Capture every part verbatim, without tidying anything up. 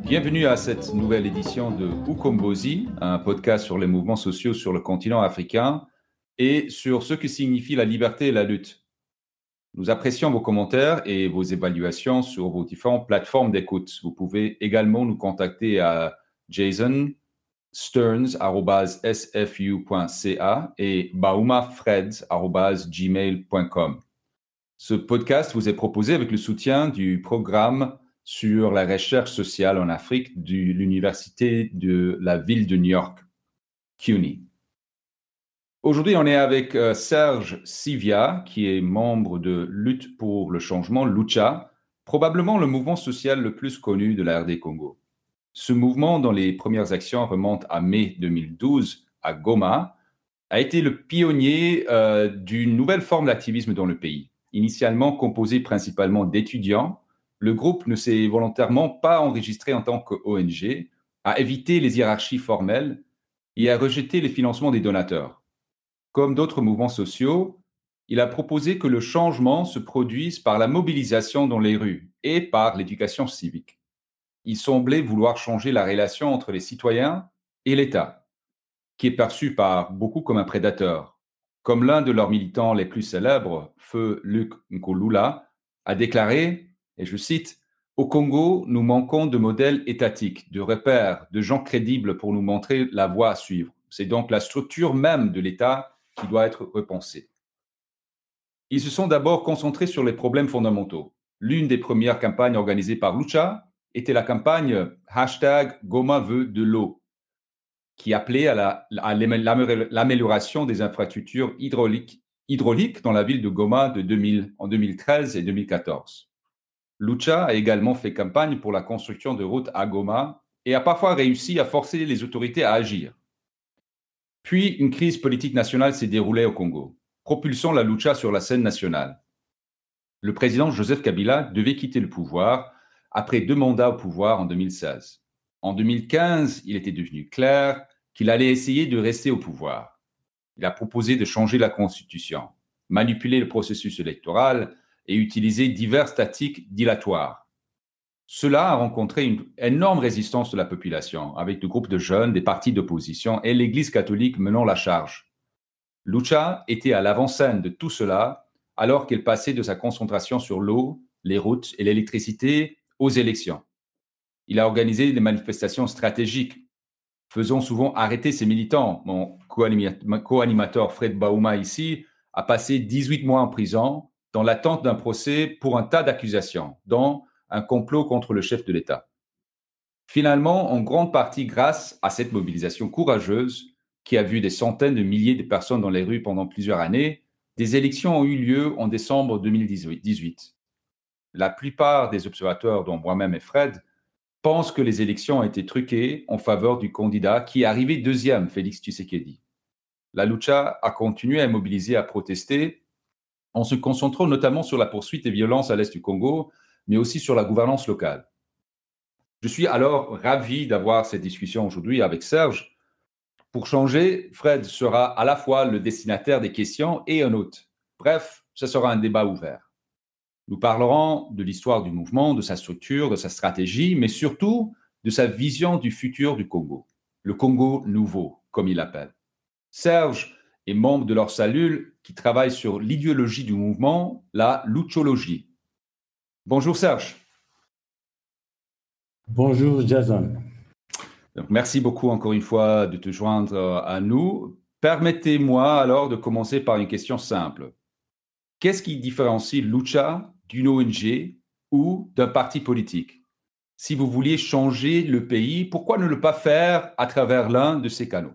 Bienvenue à cette nouvelle édition de Ukombozi, un podcast sur les mouvements sociaux sur le continent africain et sur ce que signifie la liberté et la lutte. Nous apprécions vos commentaires et vos évaluations sur vos différentes plateformes d'écoute. Vous pouvez également nous contacter à jason stearns arobase s f u point c a et baumafred arobase gmail point com. Ce podcast vous est proposé avec le soutien du programme sur la recherche sociale en Afrique de l'Université de la ville de New York, C U N Y. Aujourd'hui, on est avec euh, Serge Sivia, qui est membre de Lutte pour le changement, Lucha, probablement le mouvement social le plus connu de la R D Congo. Ce mouvement, dont les premières actions remontent à mai deux mille douze à Goma, a été le pionnier euh, d'une nouvelle forme d'activisme dans le pays. Initialement composé principalement d'étudiants, le groupe ne s'est volontairement pas enregistré en tant qu'O N G, a évité les hiérarchies formelles et a rejeté les financements des donateurs. Comme d'autres mouvements sociaux, il a proposé que le changement se produise par la mobilisation dans les rues et par l'éducation civique. Il semblait vouloir changer la relation entre les citoyens et l'État, qui est perçu par beaucoup comme un prédateur. Comme l'un de leurs militants les plus célèbres, Feu Luc Nkolula, a déclaré, et je cite, « Au Congo, nous manquons de modèles étatiques, de repères, de gens crédibles pour nous montrer la voie à suivre. C'est donc la structure même de l'État qui doit être repensée. » Ils se sont d'abord concentrés sur les problèmes fondamentaux. L'une des premières campagnes organisées par Lucha était la campagne hashtag Goma veut de l'eau, qui appelait à, la, à l'amélioration des infrastructures hydrauliques, hydrauliques dans la ville de Goma de deux mille, en deux mille treize et deux mille quatorze. Lucha a également fait campagne pour la construction de routes à Goma et a parfois réussi à forcer les autorités à agir. Puis, une crise politique nationale s'est déroulée au Congo, propulsant la Lucha sur la scène nationale. Le président Joseph Kabila devait quitter le pouvoir après deux mandats au pouvoir en deux mille seize. En deux mille quinze, il était devenu clair qu'il allait essayer de rester au pouvoir. Il a proposé de changer la Constitution, manipuler le processus électoral et utiliser diverses tactiques dilatoires. Cela a rencontré une énorme résistance de la population, avec des groupes de jeunes, des partis d'opposition et l'Église catholique menant la charge. Lucha était à l'avant-scène de tout cela, alors qu'elle passait de sa concentration sur l'eau, les routes et l'électricité aux élections. Il a organisé des manifestations stratégiques, faisant souvent arrêter ses militants. Mon co-animateur Fred Bauma ici a passé dix-huit mois en prison dans l'attente d'un procès pour un tas d'accusations, dont un complot contre le chef de l'État. Finalement, en grande partie grâce à cette mobilisation courageuse qui a vu des centaines de milliers de personnes dans les rues pendant plusieurs années, des élections ont eu lieu en décembre deux mille dix-huit. La plupart des observateurs, dont moi-même et Fred, pensent que les élections ont été truquées en faveur du candidat qui est arrivé deuxième, Félix Tshisekedi. La Lucha a continué à mobiliser, à protester, en se concentrant notamment sur la poursuite des violences à l'est du Congo, mais aussi sur la gouvernance locale. Je suis alors ravi d'avoir cette discussion aujourd'hui avec Serge. Pour changer, Fred sera à la fois le destinataire des questions et un hôte. Bref, ce sera un débat ouvert. Nous parlerons de l'histoire du mouvement, de sa structure, de sa stratégie, mais surtout de sa vision du futur du Congo. Le Congo nouveau, comme il l'appelle. Serge est membre de leur cellule qui travaille sur l'idéologie du mouvement, la luchologie. Bonjour Serge. Bonjour Jason. Donc, merci beaucoup encore une fois de te joindre à nous. Permettez-moi alors de commencer par une question simple. Qu'est-ce qui différencie Lucha d'une O N G ou d'un parti politique? Si vous vouliez changer le pays, pourquoi ne le pas faire à travers l'un de ces canaux?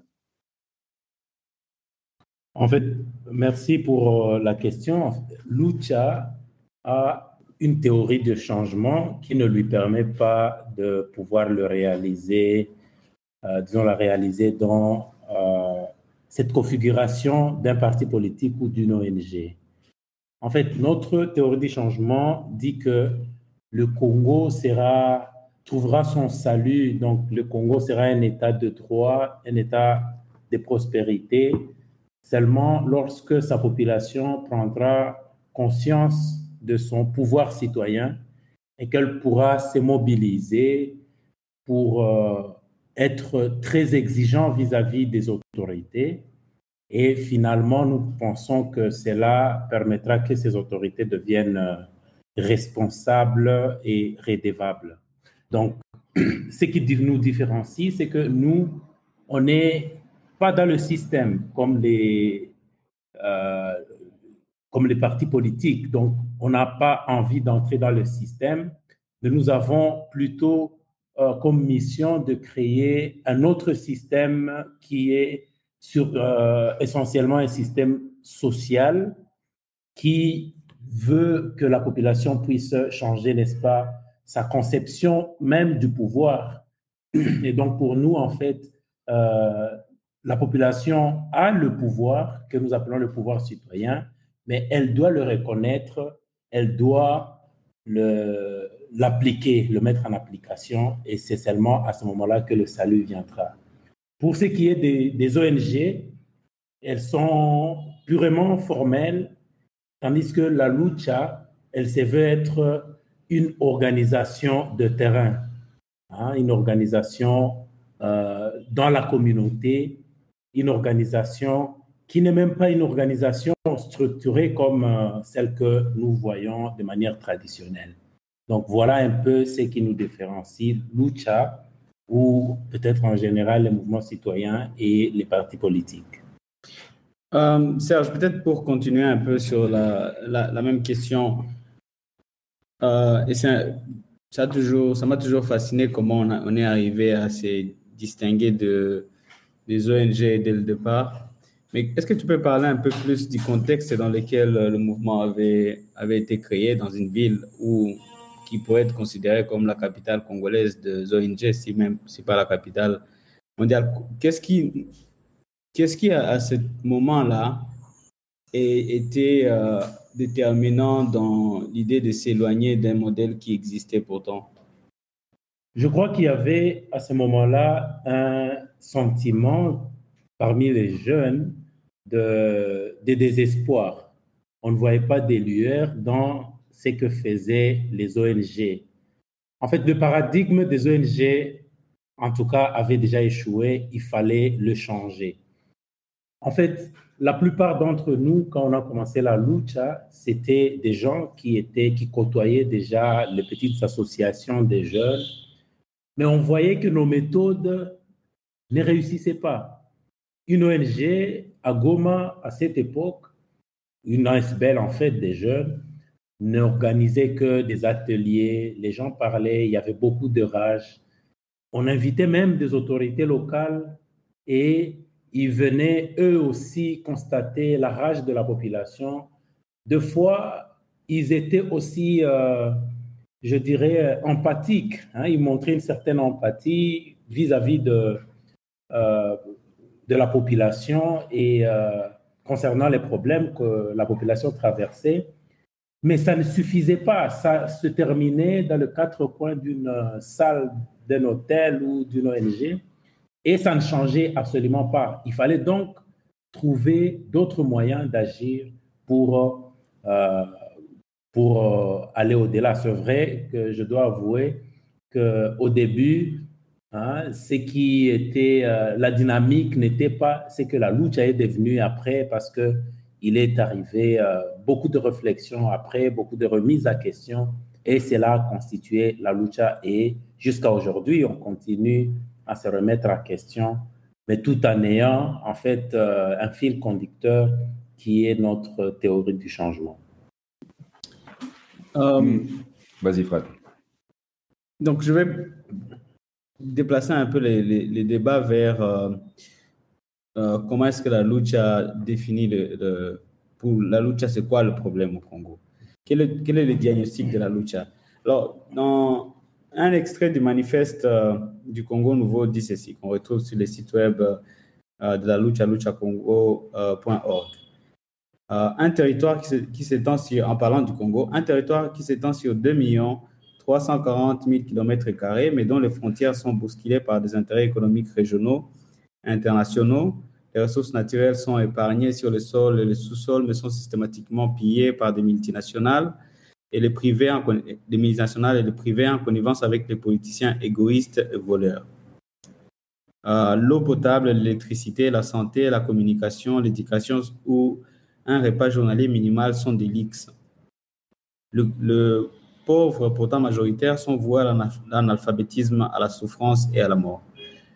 En fait, merci pour la question. Lucha a une théorie de changement qui ne lui permet pas de pouvoir le réaliser, euh, disons la réaliser dans euh, cette configuration d'un parti politique ou d'une O N G. En fait, notre théorie du changement dit que le Congo sera, trouvera son salut, donc le Congo sera un état de droit, un état de prospérité, seulement lorsque sa population prendra conscience de son pouvoir citoyen et qu'elle pourra se mobiliser pour euh, être très exigeant vis-à-vis des autorités. Et finalement, nous pensons que cela permettra que ces autorités deviennent responsables et redevables. Donc, ce qui nous différencie, c'est que nous, on n'est pas dans le système comme les, euh, comme les partis politiques. Donc, on n'a pas envie d'entrer dans le système, mais nous avons plutôt euh, comme mission de créer un autre système qui est sur, euh, essentiellement un système social qui veut que la population puisse changer, n'est-ce pas, sa conception même du pouvoir. Et donc, pour nous, en fait, euh, la population a le pouvoir que nous appelons le pouvoir citoyen, mais elle doit le reconnaître, elle doit le, l'appliquer, le mettre en application, et c'est seulement à ce moment-là que le salut viendra. Pour ce qui est des, des O N G, elles sont purement formelles, tandis que la lucha, elle se veut être une organisation de terrain, hein, une organisation euh, dans la communauté, une organisation qui n'est même pas une organisation structurée comme euh, celle que nous voyons de manière traditionnelle. Donc voilà un peu ce qui nous différencie, lucha, ou peut-être en général les mouvements citoyens et les partis politiques. Euh, Serge, peut-être pour continuer un peu sur la, la, la même question, euh, et c'est, ça, a toujours, ça m'a toujours fasciné comment on, a, on est arrivé à se distinguer de, des O N G dès le départ. Mais est-ce que tu peux parler un peu plus du contexte dans lequel le mouvement avait, avait été créé dans une ville où, qui pourrait être considérée comme la capitale congolaise des O N G, si même si pas la capitale mondiale? Qu'est-ce qui... Qu'est-ce qui, à ce moment-là, était euh, déterminant dans l'idée de s'éloigner d'un modèle qui existait pourtant? Je crois qu'il y avait à ce moment-là un sentiment parmi les jeunes de, de désespoir. On ne voyait pas des lueurs dans ce que faisaient les O N G. En fait, le paradigme des O N G, en tout cas, avait déjà échoué. Il fallait le changer. En fait, la plupart d'entre nous, quand on a commencé la lucha, c'était des gens qui étaient, qui côtoyaient déjà les petites associations des jeunes, mais on voyait que nos méthodes ne réussissaient pas. Une O N G à Goma, à cette époque, une A S B L en fait des jeunes, n'organisait que des ateliers, les gens parlaient, il y avait beaucoup de rage. On invitait même des autorités locales et ils venaient eux aussi constater la rage de la population. Deux fois, ils étaient aussi, euh, je dirais, empathiques, hein. Ils montraient une certaine empathie vis-à-vis de, euh, de la population et euh, concernant les problèmes que la population traversait. Mais ça ne suffisait pas. Ça se terminait dans les quatre coins d'une salle d'un hôtel ou d'une O N G. Et ça ne changeait absolument pas. Il fallait donc trouver d'autres moyens d'agir pour, euh, pour euh, aller au-delà. C'est vrai que je dois avouer qu'au début, hein, ce qui était, euh, la dynamique n'était pas ce que la lucha est devenue après, parce qu'il est arrivé euh, beaucoup de réflexions après, beaucoup de remises à question, et cela a constitué la lucha. Et jusqu'à aujourd'hui, on continue à se remettre en question, mais tout en ayant en fait euh, un fil conducteur qui est notre théorie du changement. Euh, Vas-y, Fred. Donc, je vais déplacer un peu les, les, les débats vers euh, euh, comment est-ce que la lucha définit le, le, pour la lucha, c'est quoi le problème au Congo? Quel est, quel est le diagnostic de la lucha? Alors, dans un extrait du manifeste euh, du Congo Nouveau dit ceci, qu'on retrouve sur le site web euh, de la lucha, lucha congo point org. Euh, un territoire qui, qui s'étend sur, en parlant du Congo, un territoire qui s'étend sur deux millions trois cent quarante mille kilomètres carrés, mais dont les frontières sont bousculées par des intérêts économiques régionaux et internationaux. Les ressources naturelles sont épargnées sur le sol et le sous-sol, mais sont systématiquement pillées par des multinationales. et les privés, en, les multinationales et les privés en connivence avec les politiciens égoïstes et voleurs. Euh, l'eau potable, l'électricité, la santé, la communication, l'éducation ou un repas journalier minimal sont des leaks. Le, le pauvre, pourtant majoritaire, sont voués à l'analphabétisme, à la souffrance et à la mort.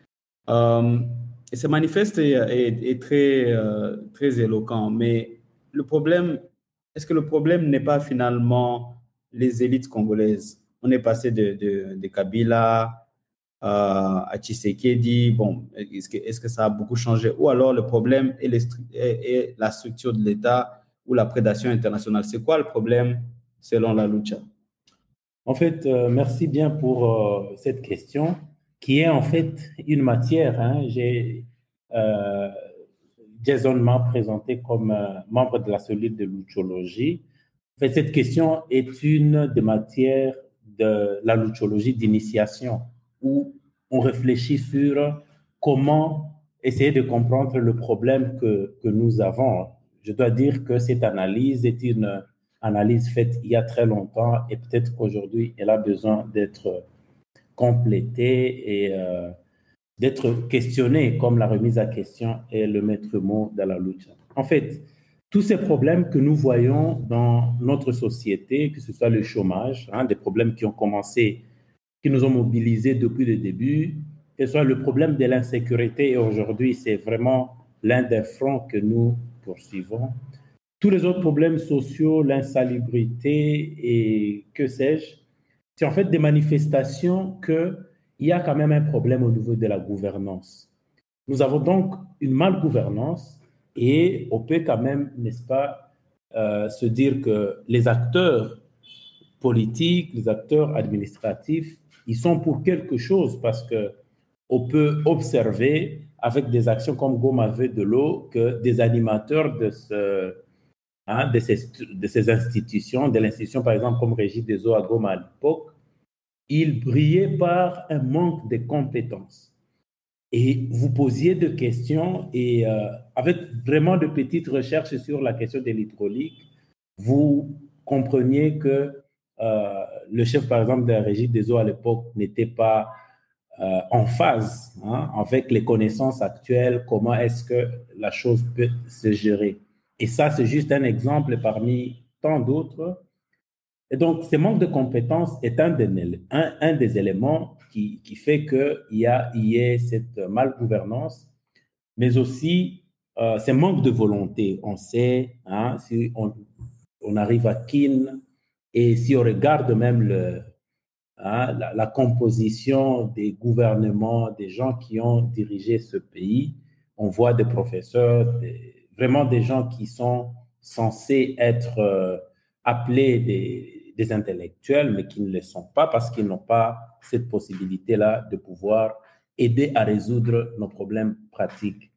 Euh, et ce manifeste est, est, est très, euh, très éloquent, mais le problème, est-ce que le problème n'est pas finalement les élites congolaises? On est passé de, de, de Kabila euh, à Tshisekedi. Bon, est-ce que, est-ce que ça a beaucoup changé? Ou alors le problème est, les, est, est la structure de l'État ou la prédation internationale? C'est quoi le problème selon la Lucha? En fait, euh, merci bien pour euh, cette question qui est en fait une matière. Hein. J'ai euh, Jason m'a présenté comme euh, membre de la cellule de luchologie. En fait, cette question est une des matières de la luchologie d'initiation où on réfléchit sur comment essayer de comprendre le problème que, que nous avons. Je dois dire que cette analyse est une analyse faite il y a très longtemps et peut-être qu'aujourd'hui, elle a besoin d'être complétée et euh, d'être questionnée, comme la remise à question est le maître mot de la lutte. En fait, tous ces problèmes que nous voyons dans notre société, que ce soit le chômage, hein, des problèmes qui ont commencé, qui nous ont mobilisés depuis le début, que ce soit le problème de l'insécurité, et aujourd'hui, c'est vraiment l'un des fronts que nous poursuivons. Tous les autres problèmes sociaux, l'insalubrité et que sais-je, c'est en fait des manifestations qu'il y a quand même un problème au niveau de la gouvernance. Nous avons donc une malgouvernance et on peut quand même, n'est-ce pas, euh, se dire que les acteurs politiques, les acteurs administratifs, ils sont pour quelque chose parce qu'on peut observer avec des actions comme Goma veut de l'eau que des animateurs de ce... Hein, de, ces, de ces institutions, de l'institution par exemple comme Régie des eaux à Goma à l'époque, ils brillaient par un manque de compétences. Et vous posiez des questions et euh, avec vraiment de petites recherches sur la question de l'hydraulique, vous compreniez que euh, le chef par exemple de la Régie des eaux à l'époque n'était pas euh, en phase hein, avec les connaissances actuelles, comment est-ce que la chose peut se gérer. Et ça, c'est juste un exemple parmi tant d'autres. Et donc, ce manque de compétences est un des, un, un des éléments qui, qui fait qu'il y a, il y ait cette malgouvernance, mais aussi euh, ce manque de volonté. On sait, hein, si on, on arrive à Kin, et si on regarde même le, hein, la, la composition des gouvernements, des gens qui ont dirigé ce pays, on voit des professeurs, des vraiment des gens qui sont censés être euh, appelés des, des intellectuels, mais qui ne le sont pas parce qu'ils n'ont pas cette possibilité-là de pouvoir aider à résoudre nos problèmes pratiques.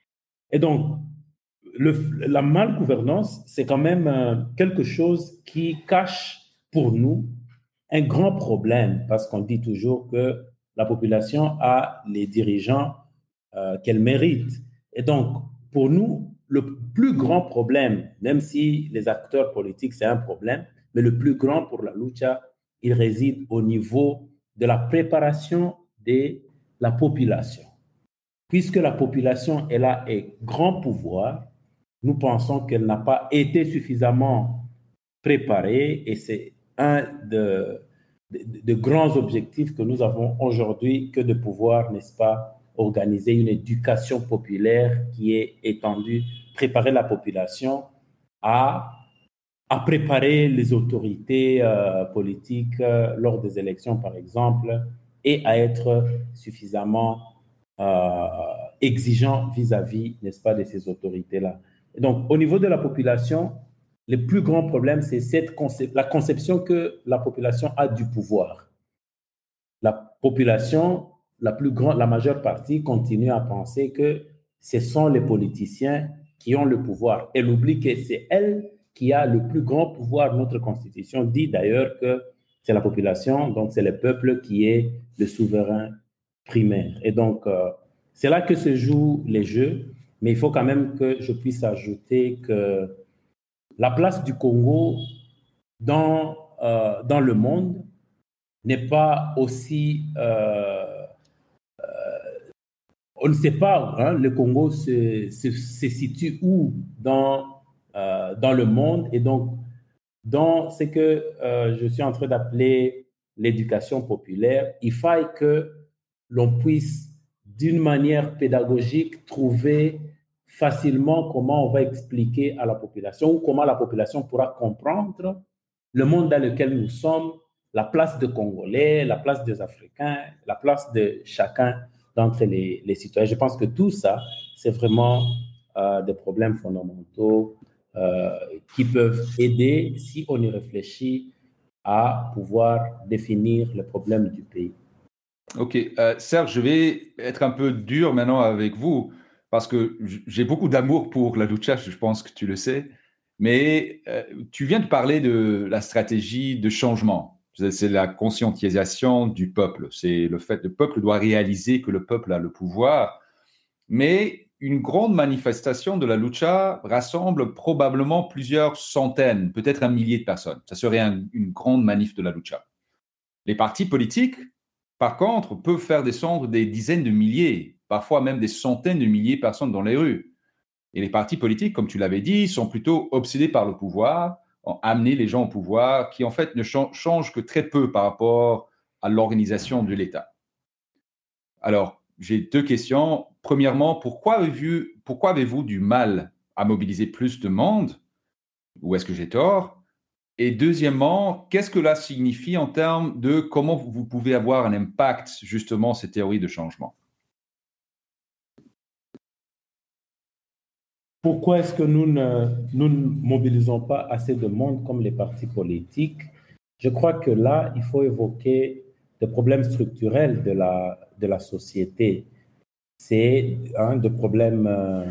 Et donc, le, la malgouvernance, c'est quand même euh, quelque chose qui cache pour nous un grand problème parce qu'on dit toujours que la population a les dirigeants euh, qu'elle mérite. Et donc, pour nous, le plus grand problème, même si les acteurs politiques, c'est un problème, mais le plus grand pour la lucha, il réside au niveau de la préparation de la population. Puisque la population, elle a un grand pouvoir, nous pensons qu'elle n'a pas été suffisamment préparée et c'est un de, de, de grands objectifs que nous avons aujourd'hui que de pouvoir, n'est-ce pas, organiser une éducation populaire qui est étendue, préparer la population à, à préparer les autorités euh, politiques euh, lors des élections, par exemple, et à être suffisamment euh, exigeant vis-à-vis, n'est-ce pas, de ces autorités-là. Et donc, au niveau de la population, le plus grand problème, c'est cette concep- la conception que la population a du pouvoir. La population, la plus grande, la majeure partie continue à penser que ce sont les politiciens qui ont le pouvoir. Elle oublie que c'est elle qui a le plus grand pouvoir. Notre Constitution dit d'ailleurs que c'est la population, donc c'est le peuple qui est le souverain primaire. Et donc, euh, c'est là que se jouent les jeux, mais il faut quand même que je puisse ajouter que la place du Congo dans euh, dans le monde n'est pas aussi... Euh, euh, on ne sait pas, hein, le Congo se, se, se situe où dans, euh, dans le monde. Et donc, dans ce que euh, je suis en train d'appeler l'éducation populaire, il faille que l'on puisse, d'une manière pédagogique, trouver facilement comment on va expliquer à la population ou comment la population pourra comprendre le monde dans lequel nous sommes, la place des Congolais, la place des Africains, la place de chacun d'entre les, les citoyens. Je pense que tout ça, c'est vraiment euh, des problèmes fondamentaux euh, qui peuvent aider, si on y réfléchit, à pouvoir définir le problème du pays. Ok, euh, Serge, je vais être un peu dur maintenant avec vous parce que j'ai beaucoup d'amour pour la lucha, je pense que tu le sais, mais euh, tu viens de parler de la stratégie de changement. C'est la conscientisation du peuple. C'est le fait que le peuple doit réaliser que le peuple a le pouvoir. Mais une grande manifestation de la lucha rassemble probablement plusieurs centaines, peut-être un millier de personnes. Ça serait un, une grande manif de la lucha. Les partis politiques, par contre, peuvent faire descendre des dizaines de milliers, parfois même des centaines de milliers de personnes dans les rues. Et les partis politiques, comme tu l'avais dit, sont plutôt obsédés par le pouvoir, ont amené les gens au pouvoir, qui en fait ne changent que très peu par rapport à l'organisation de l'État. Alors, j'ai deux questions. Premièrement, pourquoi avez-vous, pourquoi avez-vous du mal à mobiliser plus de monde? Ou est-ce que j'ai tort? Et deuxièmement, qu'est-ce que cela signifie en termes de comment vous pouvez avoir un impact, justement, ces théories de changement? Pourquoi est-ce que nous ne, nous ne mobilisons pas assez de monde comme les partis politiques? Je crois que là, il faut évoquer des problèmes structurels de la, de la société. C'est un des problèmes euh,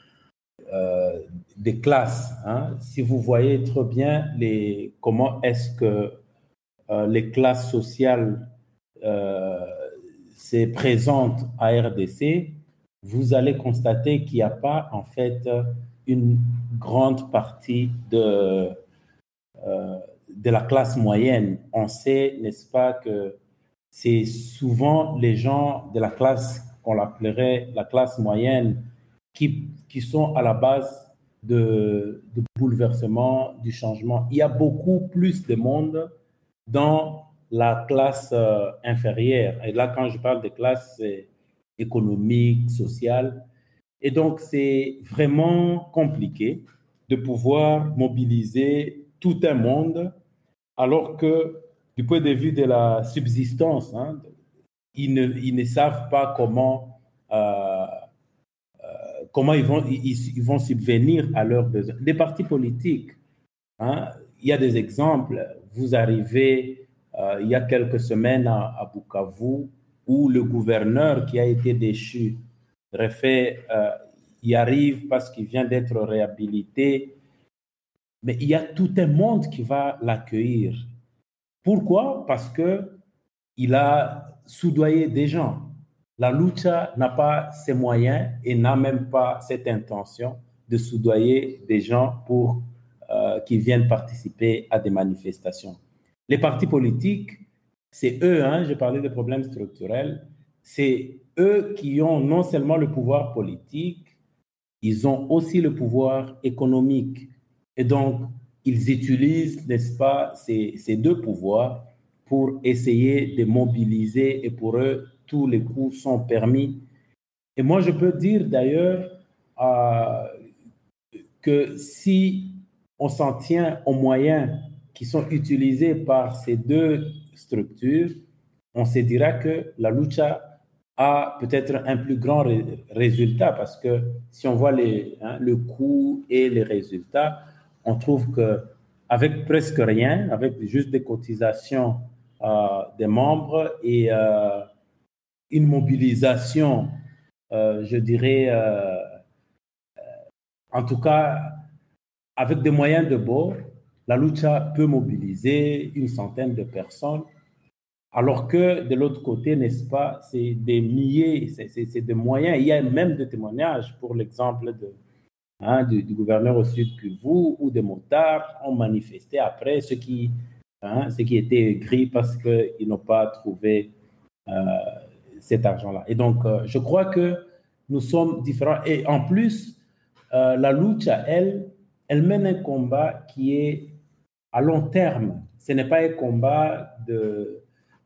euh, des classes. Hein. Si vous voyez très bien les, comment est-ce que euh, les classes sociales euh, se présentent à R D C, vous allez constater qu'il n'y a pas en fait une grande partie de, euh, de la classe moyenne. On sait, n'est-ce pas, que c'est souvent les gens de la classe qu'on l'appellerait la classe moyenne qui, qui sont à la base de, de bouleversement, du changement. Il y a beaucoup plus de monde dans la classe euh, inférieure. Et là, quand je parle de classe, c'est économique, sociale. Et donc, c'est vraiment compliqué de pouvoir mobiliser tout un monde, alors que du point de vue de la subsistance, hein, ils, ne, ils ne savent pas comment, euh, euh, comment ils, vont, ils, ils vont subvenir à leurs besoins. Les partis politiques, hein, il y a des exemples. Vous arrivez euh, il y a quelques semaines à, à Bukavu, où le gouverneur qui a été déchu refait, euh, y arrive parce qu'il vient d'être réhabilité, mais il y a tout un monde qui va l'accueillir. Pourquoi? Parce qu'il a soudoyé des gens. La lucha n'a pas ces moyens et n'a même pas cette intention de soudoyer des gens pour euh, qui viennent participer à des manifestations. Les partis politiques, c'est eux, hein, j'ai parlé de problèmes structurels, c'est eux qui ont non seulement le pouvoir politique, ils ont aussi le pouvoir économique. Et donc, ils utilisent, n'est-ce pas, ces, ces deux pouvoirs pour essayer de mobiliser, et pour eux, tous les coups sont permis. Et moi, je peux dire d'ailleurs euh, que si on s'en tient aux moyens qui sont utilisés par ces deux structures, on se dira que la lucha a peut-être un plus grand ré- résultat, parce que si on voit les, hein, le coût et les résultats, on trouve qu'avec presque rien, avec juste des cotisations euh, des membres et euh, une mobilisation, euh, je dirais, euh, en tout cas, avec des moyens de bord, la lucha peut mobiliser une centaine de personnes. Alors que de l'autre côté, n'est-ce pas, c'est des milliers, c'est, c'est, c'est des moyens. Il y a même des témoignages, pour l'exemple de, hein, du, du gouverneur au sud Kivu, où des motards ont manifesté après, ce qui hein, ce qui était gris parce qu'ils n'ont pas trouvé euh, cet argent-là. Et donc, euh, je crois que nous sommes différents. Et en plus, euh, la lucha, elle, elle mène un combat qui est à long terme. Ce n'est pas un combat de,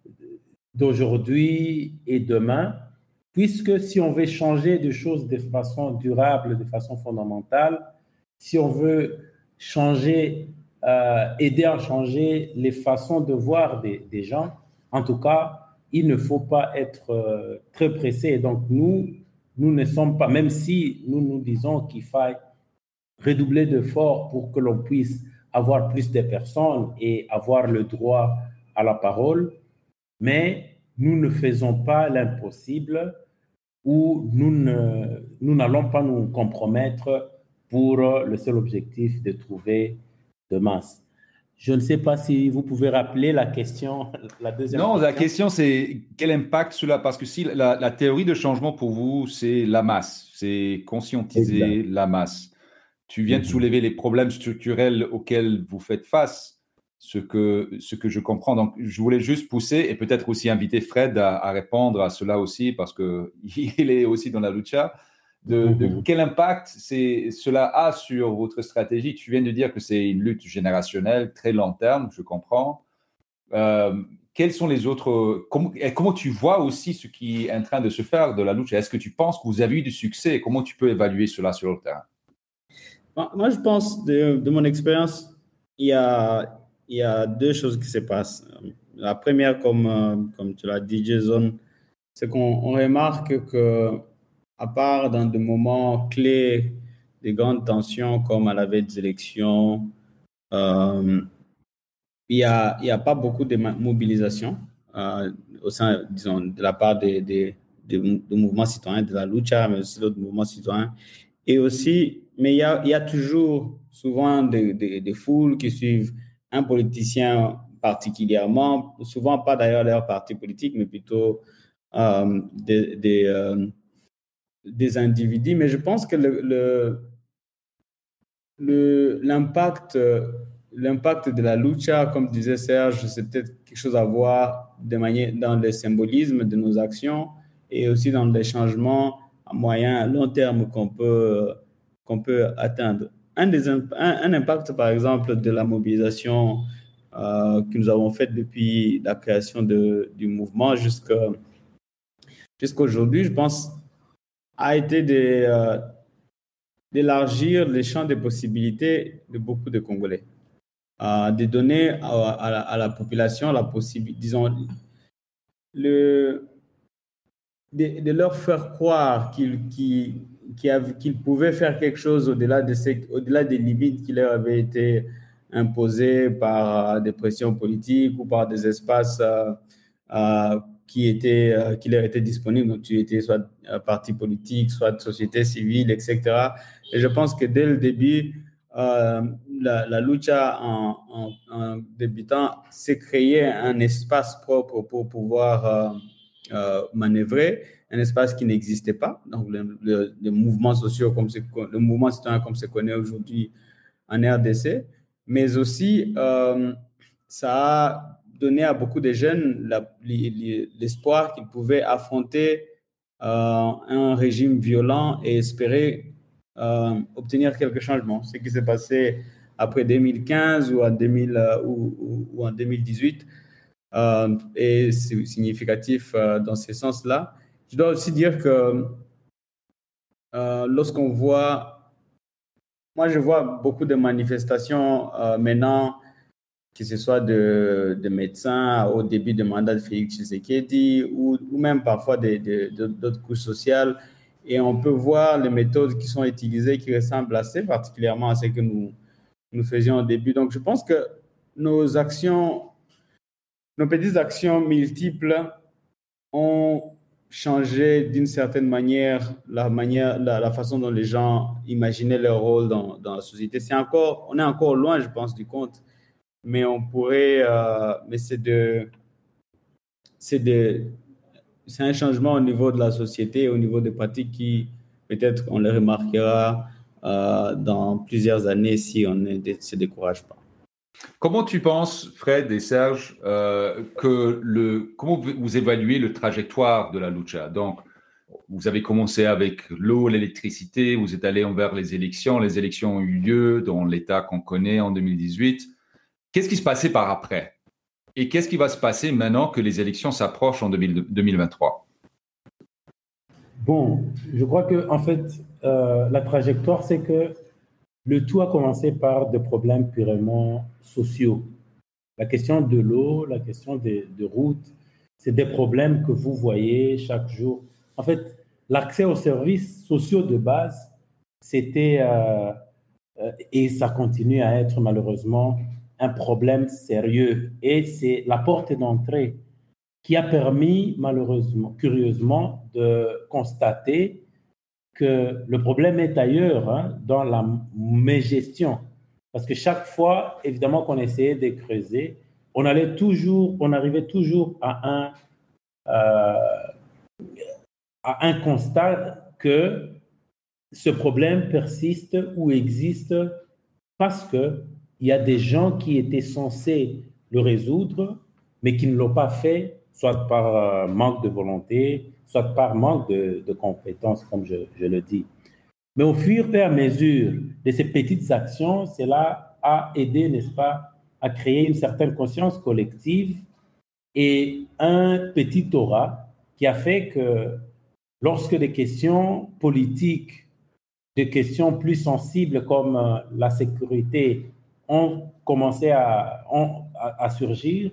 d'aujourd'hui et demain, puisque si on veut changer des choses de façon durable, de façon fondamentale, si on veut changer, euh, aider à changer les façons de voir des, des gens, en tout cas, il ne faut pas être euh, très pressé. Et donc, nous, nous ne sommes pas, même si nous nous disons qu'il faille redoubler d'efforts pour que l'on puisse avoir plus de personnes et avoir le droit à la parole, mais nous ne faisons pas l'impossible ou nous ne, nous n'allons pas nous compromettre pour le seul objectif de trouver de masse. Je ne sais pas si vous pouvez rappeler la question, la deuxième non, question. la question c'est quel impact cela, parce que si la, la théorie de changement pour vous, c'est la masse, c'est conscientiser exact. La masse. Tu viens mm-hmm. de soulever les problèmes structurels auxquels vous faites face, ce que, ce que je comprends. Donc, je voulais juste pousser et peut-être aussi inviter Fred à, à répondre à cela aussi, parce qu'il est aussi dans la lucha. De, mm-hmm. de quel impact c'est, cela a sur votre stratégie? Tu viens de dire que c'est une lutte générationnelle, très long terme, je comprends. Euh, quels sont les autres... Comment, comment tu vois aussi ce qui est en train de se faire de la lucha? Est-ce que tu penses que vous avez eu du succès? Comment tu peux évaluer cela sur le terrain? Moi, je pense, de, de mon expérience, il y a, il y a deux choses qui se passent. La première, comme, comme tu l'as dit, Jason, c'est qu'on on remarque que, à part dans des moments clés, des grandes tensions comme à la veille des élections, euh, il n'y a, il y a pas beaucoup de mobilisation euh, au sein, disons, de la part des, des, des, des mouvements citoyens, de la lucha, mais aussi d'autres mouvements citoyens. Et aussi, mais il y a, il y a toujours souvent des, des, des foules qui suivent un politicien particulièrement, souvent pas d'ailleurs leur parti politique, mais plutôt euh, des, des, euh, des individus. Mais je pense que le, le, le, l'impact, l'impact de la lucha, comme disait Serge, c'est peut-être quelque chose à voir de manière, dans le symbolisme de nos actions et aussi dans les changements à moyen, à long terme qu'on peut, qu'on peut atteindre. Un, des, un, un impact, par exemple, de la mobilisation euh, que nous avons faite depuis la création de, du mouvement jusqu'à, jusqu'à aujourd'hui, je pense, a été de, euh, d'élargir les champs de possibilités de beaucoup de Congolais, euh, de donner à, à, la, à la population la possibilité, disons, le, de, de leur faire croire qu'ils, qu'ils, qu'ils pouvaient faire quelque chose au-delà, de ces, au-delà des limites qui leur avaient été imposées par des pressions politiques ou par des espaces euh, euh, qui, étaient, euh, qui leur étaient disponibles. Donc, tu étais soit euh, parti politique, soit société civile, et cetera. Et je pense que dès le début, euh, la, la lucha, en, en, en débutant, s'est créé un espace propre pour pouvoir euh, euh, manœuvrer, un espace qui n'existait pas. Donc, le, le, le mouvement social, comme c'est, le mouvement citoyen comme c'est connu aujourd'hui en R D C, mais aussi, euh, ça a donné à beaucoup de jeunes la, l'espoir qu'ils pouvaient affronter euh, un régime violent et espérer euh, obtenir quelques changements. Ce qui s'est passé après deux mille quinze ou en, deux mille, euh, ou, ou, ou en deux mille dix-huit euh, est significatif euh, dans ce sens-là. Je dois aussi dire que euh, lorsqu'on voit, moi je vois beaucoup de manifestations euh, maintenant, que ce soit de, de médecins au début du mandat de Félix Tshisekedi ou, ou même parfois de, de, de, d'autres couches sociales. Et on peut voir les méthodes qui sont utilisées qui ressemblent assez particulièrement à ce que nous, nous faisions au début. Donc, je pense que nos actions, nos petites actions multiples ont changé d'une certaine manière la, manière, la, la façon dont les gens imaginaient leur rôle dans, dans la société. C'est encore, on est encore loin, je pense, du compte. Mais on pourrait, euh, mais c'est de, c'est de, c'est un changement au niveau de la société, au niveau des pratiques qui, peut-être, on les remarquera euh, dans plusieurs années si on ne se décourage pas. Comment tu penses, Fred et Serge, euh, que le, comment vous, vous évaluez le trajectoire de la lucha? Donc, vous avez commencé avec l'eau, l'électricité, vous êtes allé envers les élections. Les élections ont eu lieu dans l'État qu'on connaît en deux mille dix-huit. Qu'est-ce qui se passait par après? Et qu'est-ce qui va se passer maintenant que les élections s'approchent en deux mille vingt-trois? Bon, je crois que en fait, euh, la trajectoire, c'est que le tout a commencé par des problèmes purement sociaux. La question de l'eau, la question des de routes, c'est des problèmes que vous voyez chaque jour. En fait, l'accès aux services sociaux de base, c'était, euh, euh, et ça continue à être malheureusement un problème sérieux. Et c'est la porte d'entrée qui a permis, malheureusement, curieusement, de constater que le problème est ailleurs, hein, dans la mégestion. Parce que chaque fois, évidemment, qu'on essayait de creuser, on allait toujours, on arrivait toujours à un, euh, à un constat que ce problème persiste ou existe parce qu'il y a des gens qui étaient censés le résoudre, mais qui ne l'ont pas fait, soit par manque de volonté, soit par manque de, de compétences, comme je, je le dis. Mais au fur et à mesure de ces petites actions, cela a aidé, n'est-ce pas, à créer une certaine conscience collective et un petit aura qui a fait que lorsque des questions politiques, des questions plus sensibles comme la sécurité ont commencé à, ont, à, à surgir,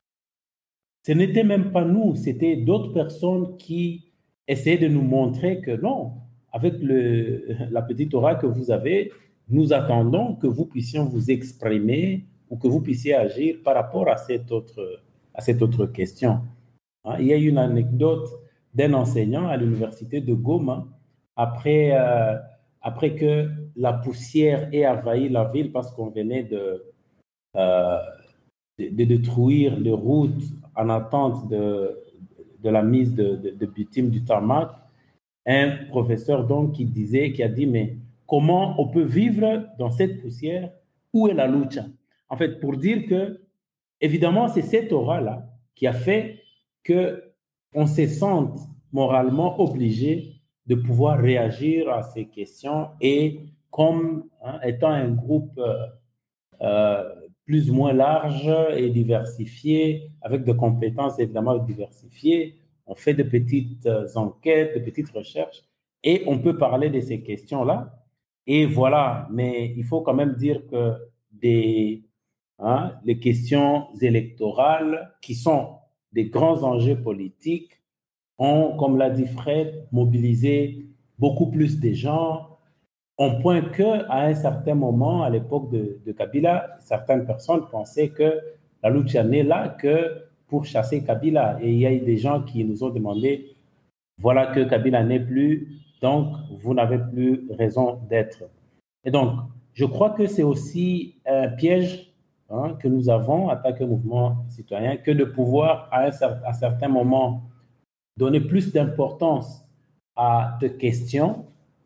ce n'était même pas nous, c'était d'autres personnes qui essayaient de nous montrer que non, avec le, la petite aura que vous avez, nous attendons que vous puissiez vous exprimer ou que vous puissiez agir par rapport à cette autre, à cette autre question. Hein, il y a une anecdote d'un enseignant à l'université de Goma, après, euh, après que la poussière ait envahi la ville parce qu'on venait de, euh, de, de détruire les routes en attente de, de la mise de, de, de bitume du tarmac, un professeur donc qui disait, qui a dit, mais comment on peut vivre dans cette poussière? Où est la lucha? En fait, pour dire que, évidemment, c'est cette aura-là qui a fait qu'on se sente moralement obligé de pouvoir réagir à ces questions et comme hein, étant un groupe euh, euh, plus ou moins large et diversifié, avec des compétences évidemment diversifiées, on fait de petites enquêtes, de petites recherches et on peut parler de ces questions-là. Et voilà, mais il faut quand même dire que des, hein, les questions électorales qui sont des grands enjeux politiques ont, comme l'a dit Fred, mobilisé beaucoup plus de gens, au point qu'à un certain moment, à l'époque de, de Kabila, certaines personnes pensaient que la lucha n'est là que pour chasser Kabila. Et il y a eu des gens qui nous ont demandé, voilà que Kabila n'est plus, donc vous n'avez plus raison d'être. Et donc, je crois que c'est aussi un piège hein, que nous avons en tant que mouvement citoyen, que de pouvoir, à un, à un certain moment, donner plus d'importance à des questions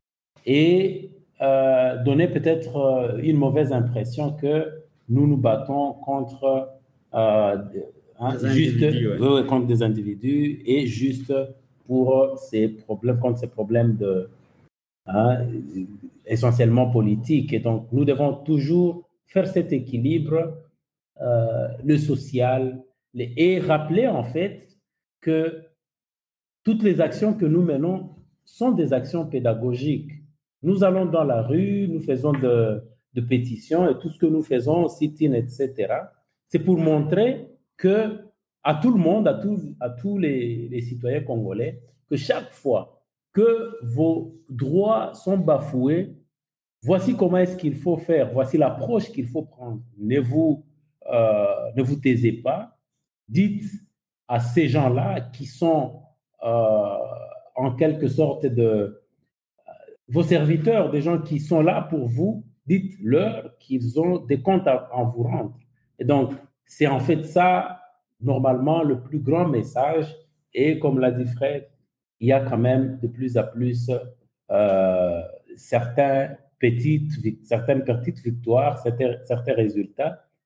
et euh, donner peut-être euh, une mauvaise impression que nous nous battons contre, euh, hein, juste, ouais. euh, contre des individus et juste pour ces problèmes, contre ces problèmes de, hein, essentiellement politiques. Et donc, nous devons toujours faire cet équilibre, euh, le social, les, et rappeler en fait que toutes les actions que nous menons sont des actions pédagogiques. Nous allons dans la rue, nous faisons de, de pétitions et tout ce que nous faisons, sit-in, et cetera. C'est pour montrer que à tout le monde, à, tout, à tous les, les citoyens congolais, que chaque fois que vos droits sont bafoués, voici comment est-ce qu'il faut faire, voici l'approche qu'il faut prendre. Ne vous, euh, ne vous taisez pas, dites à ces gens-là qui sont euh, en quelque sorte de euh, vos serviteurs, des gens qui sont là pour vous, dites-leur qu'ils ont des comptes à, à vous rendre. Et donc, c'est en fait ça, normalement, le plus grand message. Et comme l'a dit Fred, il y a quand même de plus en plus euh, certains petites, certaines petites victoires, certains, certains résultats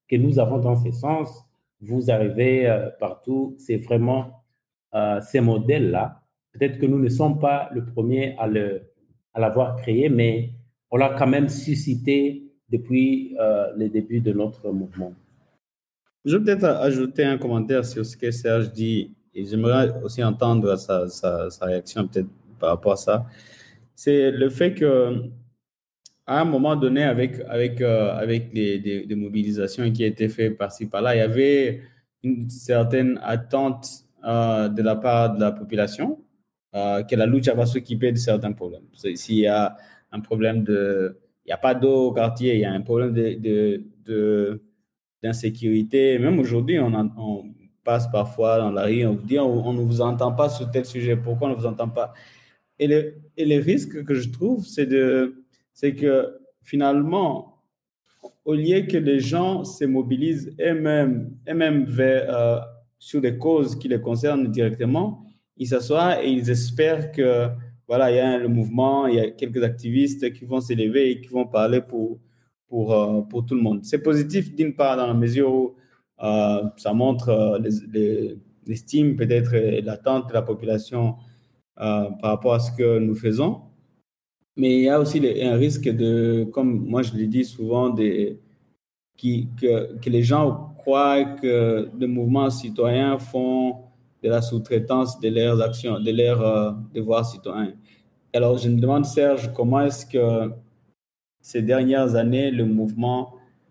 que nous avons dans ces sens. Vous arrivez euh, partout, c'est vraiment euh, ces modèles-là. Peut-être que nous ne sommes pas le premier à, le, à l'avoir créé, mais on l'a quand même suscité depuis euh, le début de notre mouvement. Je vais peut-être ajouter un commentaire sur ce que Serge dit, et j'aimerais aussi entendre sa, sa, sa réaction peut-être par rapport à ça. C'est le fait que à un moment donné, avec, avec, euh, avec les, des, des mobilisations qui étaient faites par-ci, par-là, il y avait une certaine attente euh, de la part de la population euh, que la lucha va s'occuper de certains problèmes. S'il y a un problème de... Il n'y a pas d'eau au quartier, il y a un problème de, de, de, d'insécurité. Même aujourd'hui, on, en, on passe parfois dans la rue, on vous dit on ne vous entend pas sur tel sujet, pourquoi on ne vous entend pas? Et le, et le risque que je trouve, c'est de... c'est que finalement, au lieu que les gens se mobilisent eux-mêmes, eux-mêmes vers, euh, sur des causes qui les concernent directement, ils s'assoient et ils espèrent que, voilà, il y a le mouvement, il y a quelques activistes qui vont s'élever et qui vont parler pour, pour, euh, pour tout le monde. C'est positif d'une part dans la mesure où euh, ça montre euh, les, les, l'estime peut-être et l'attente de la population euh, par rapport à ce que nous faisons. Mais il y a aussi les, un risque de, comme moi je le dis souvent, des, qui, que, que les gens croient que les mouvements citoyens font de la sous-traitance de leurs actions, de leurs euh, devoirs citoyens. Alors je me demande, Serge, comment est-ce que ces dernières années, le mouvement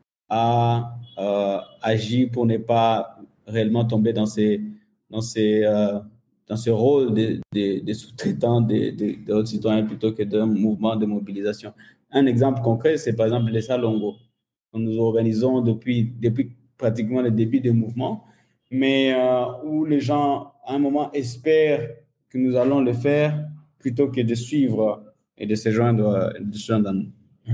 a euh, agi pour ne pas réellement tomber dans ces, dans ces, euh, dans ce rôle de, de, de sous-traitants des de, de, de citoyens plutôt que d'un mouvement de mobilisation. Un exemple concret, c'est par exemple les Salongo. Nous organisons depuis, depuis pratiquement le début du mouvement, mais euh, où les gens, à un moment, espèrent que nous allons le faire plutôt que de suivre et de se joindre, de se joindre à nous.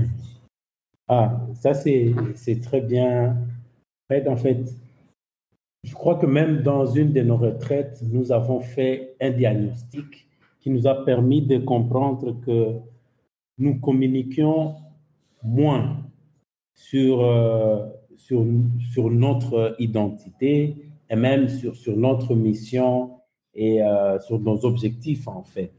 Ah, ça, c'est, c'est très bien fait. En fait, je crois que même dans une de nos retraites, nous avons fait un diagnostic qui nous a permis de comprendre que nous communiquions moins sur, euh, sur, sur notre identité et même sur, sur notre mission et euh, sur nos objectifs, en fait.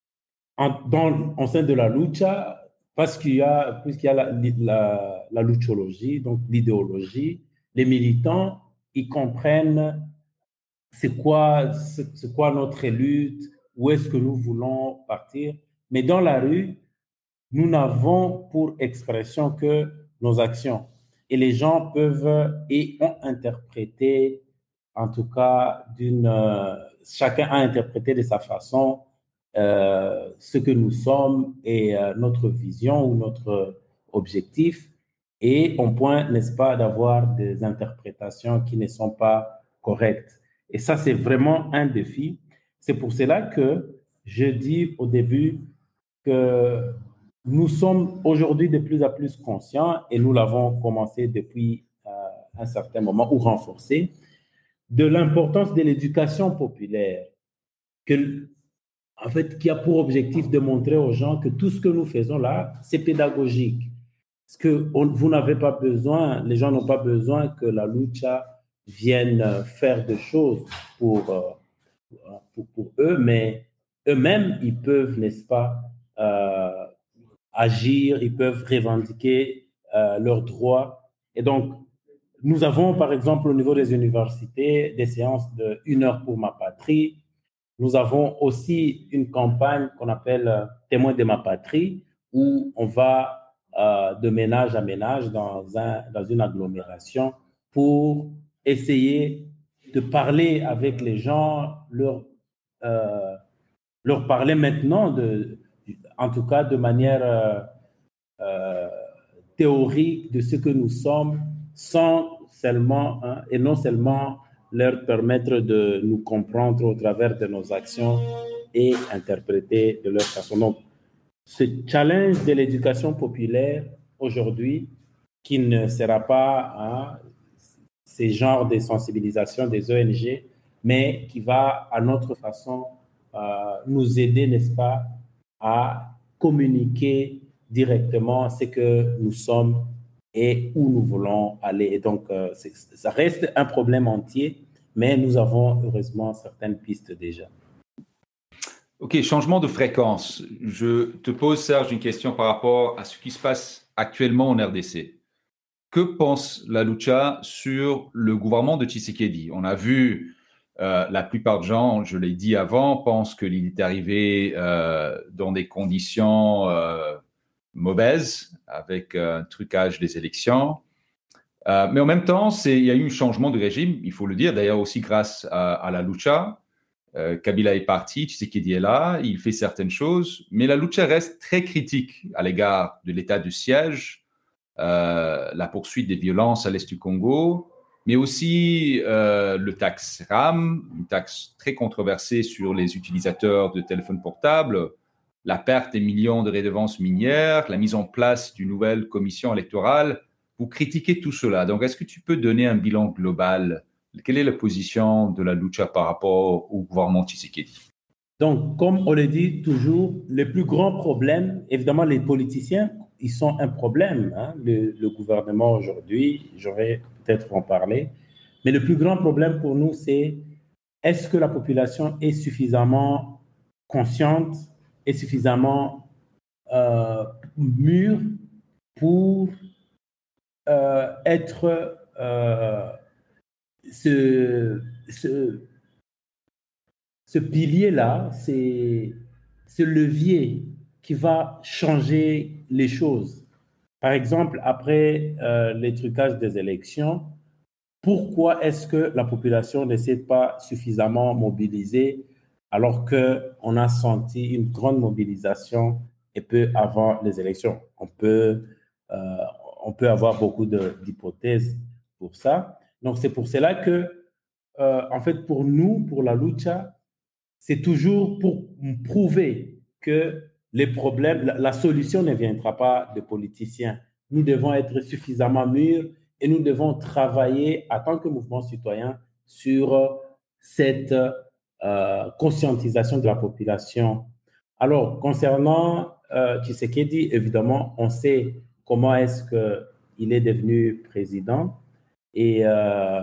En, dans, en sein de la lucha, parce qu'il y a, puisqu'il y a la, la, la luchologie, donc l'idéologie, les militants, ils comprennent c'est quoi, c'est, c'est quoi notre lutte, où est-ce que nous voulons partir. Mais dans la rue, nous n'avons pour expression que nos actions. Et les gens peuvent et ont interprété, en tout cas, d'une, euh, chacun a interprété de sa façon euh, ce que nous sommes et euh, notre vision ou notre objectif. Et on point, n'est-ce pas, d'avoir des interprétations qui ne sont pas correctes. Et ça, c'est vraiment un défi. C'est pour cela que je dis au début que nous sommes aujourd'hui de plus en plus conscients, et nous l'avons commencé depuis euh, un certain moment, ou renforcé, de l'importance de l'éducation populaire, que, en fait, qui a pour objectif de montrer aux gens que tout ce que nous faisons là, c'est pédagogique. Parce que on, vous n'avez pas besoin, les gens n'ont pas besoin que la lucha vienne faire des choses pour, euh, pour, pour eux, mais eux-mêmes, ils peuvent, n'est-ce pas, euh, agir, ils peuvent revendiquer euh, leurs droits. Et donc, nous avons, par exemple, au niveau des universités, des séances de une heure pour ma patrie. Nous avons aussi une campagne qu'on appelle euh, Témoins de ma patrie, où on va euh, de ménage à ménage dans, un, dans une agglomération pour essayer de parler avec les gens, leur, euh, leur parler maintenant, de, en tout cas de manière euh, euh, théorique de ce que nous sommes, sans seulement, hein, et non seulement leur permettre de nous comprendre au travers de nos actions et interpréter de leur façon. Donc, ce challenge de l'éducation populaire aujourd'hui, qui ne sera pas hein, ces genres de sensibilisation des O N G, mais qui va à notre façon euh, nous aider, n'est-ce pas, à communiquer directement ce que nous sommes et où nous voulons aller. Et donc, euh, ça reste un problème entier, mais nous avons heureusement certaines pistes déjà. Ok, changement de fréquence. Je te pose, Serge, une question par rapport à ce qui se passe actuellement en R D C. Que pense la Lucha sur le gouvernement de Tshisekedi? On a vu, euh, la plupart des gens, je l'ai dit avant, pensent qu'il est arrivé euh, dans des conditions euh, mauvaises, avec un trucage des élections. Euh, mais en même temps, c'est, il y a eu un changement de régime, il faut le dire, d'ailleurs aussi grâce à, à la Lucha. Euh, Kabila est parti, Tshisekedi est là, il fait certaines choses, mais la Lucha reste très critique à l'égard de l'état du siège, euh, la poursuite des violences à l'est du Congo, mais aussi euh, le taxe RAM, une taxe très controversée sur les utilisateurs de téléphones portables, la perte des millions de redevances minières, la mise en place d'une nouvelle commission électorale. Vous critiquez tout cela. Donc, est-ce que tu peux donner un bilan global? Quelle est la position de la Lucha par rapport au gouvernement Tshisekedi? Donc, comme on le dit toujours, le plus grand problème, évidemment, les politiciens, ils sont un problème. Hein, le, le gouvernement aujourd'hui, je vais peut-être en parler, mais le plus grand problème pour nous, c'est est-ce que la population est suffisamment consciente et suffisamment euh, mûre pour euh, être euh, ce, ce, ce pilier-là, c'est ce levier qui va changer les choses. Par exemple, après euh, les trucages des élections, pourquoi est-ce que la population ne s'est pas suffisamment mobilisée alors qu'on a senti une grande mobilisation et peu avant les élections? On peut, euh, on peut avoir beaucoup de, d'hypothèses pour ça. Donc, c'est pour cela que, euh, en fait, pour nous, pour la Lucha, c'est toujours pour prouver que les problèmes, la, la solution ne viendra pas des politiciens. Nous devons être suffisamment mûrs et nous devons travailler en tant que mouvement citoyen sur cette euh, conscientisation de la population. Alors, concernant euh, Tshisekedi, évidemment, on sait comment est-ce qu'il est devenu président et euh,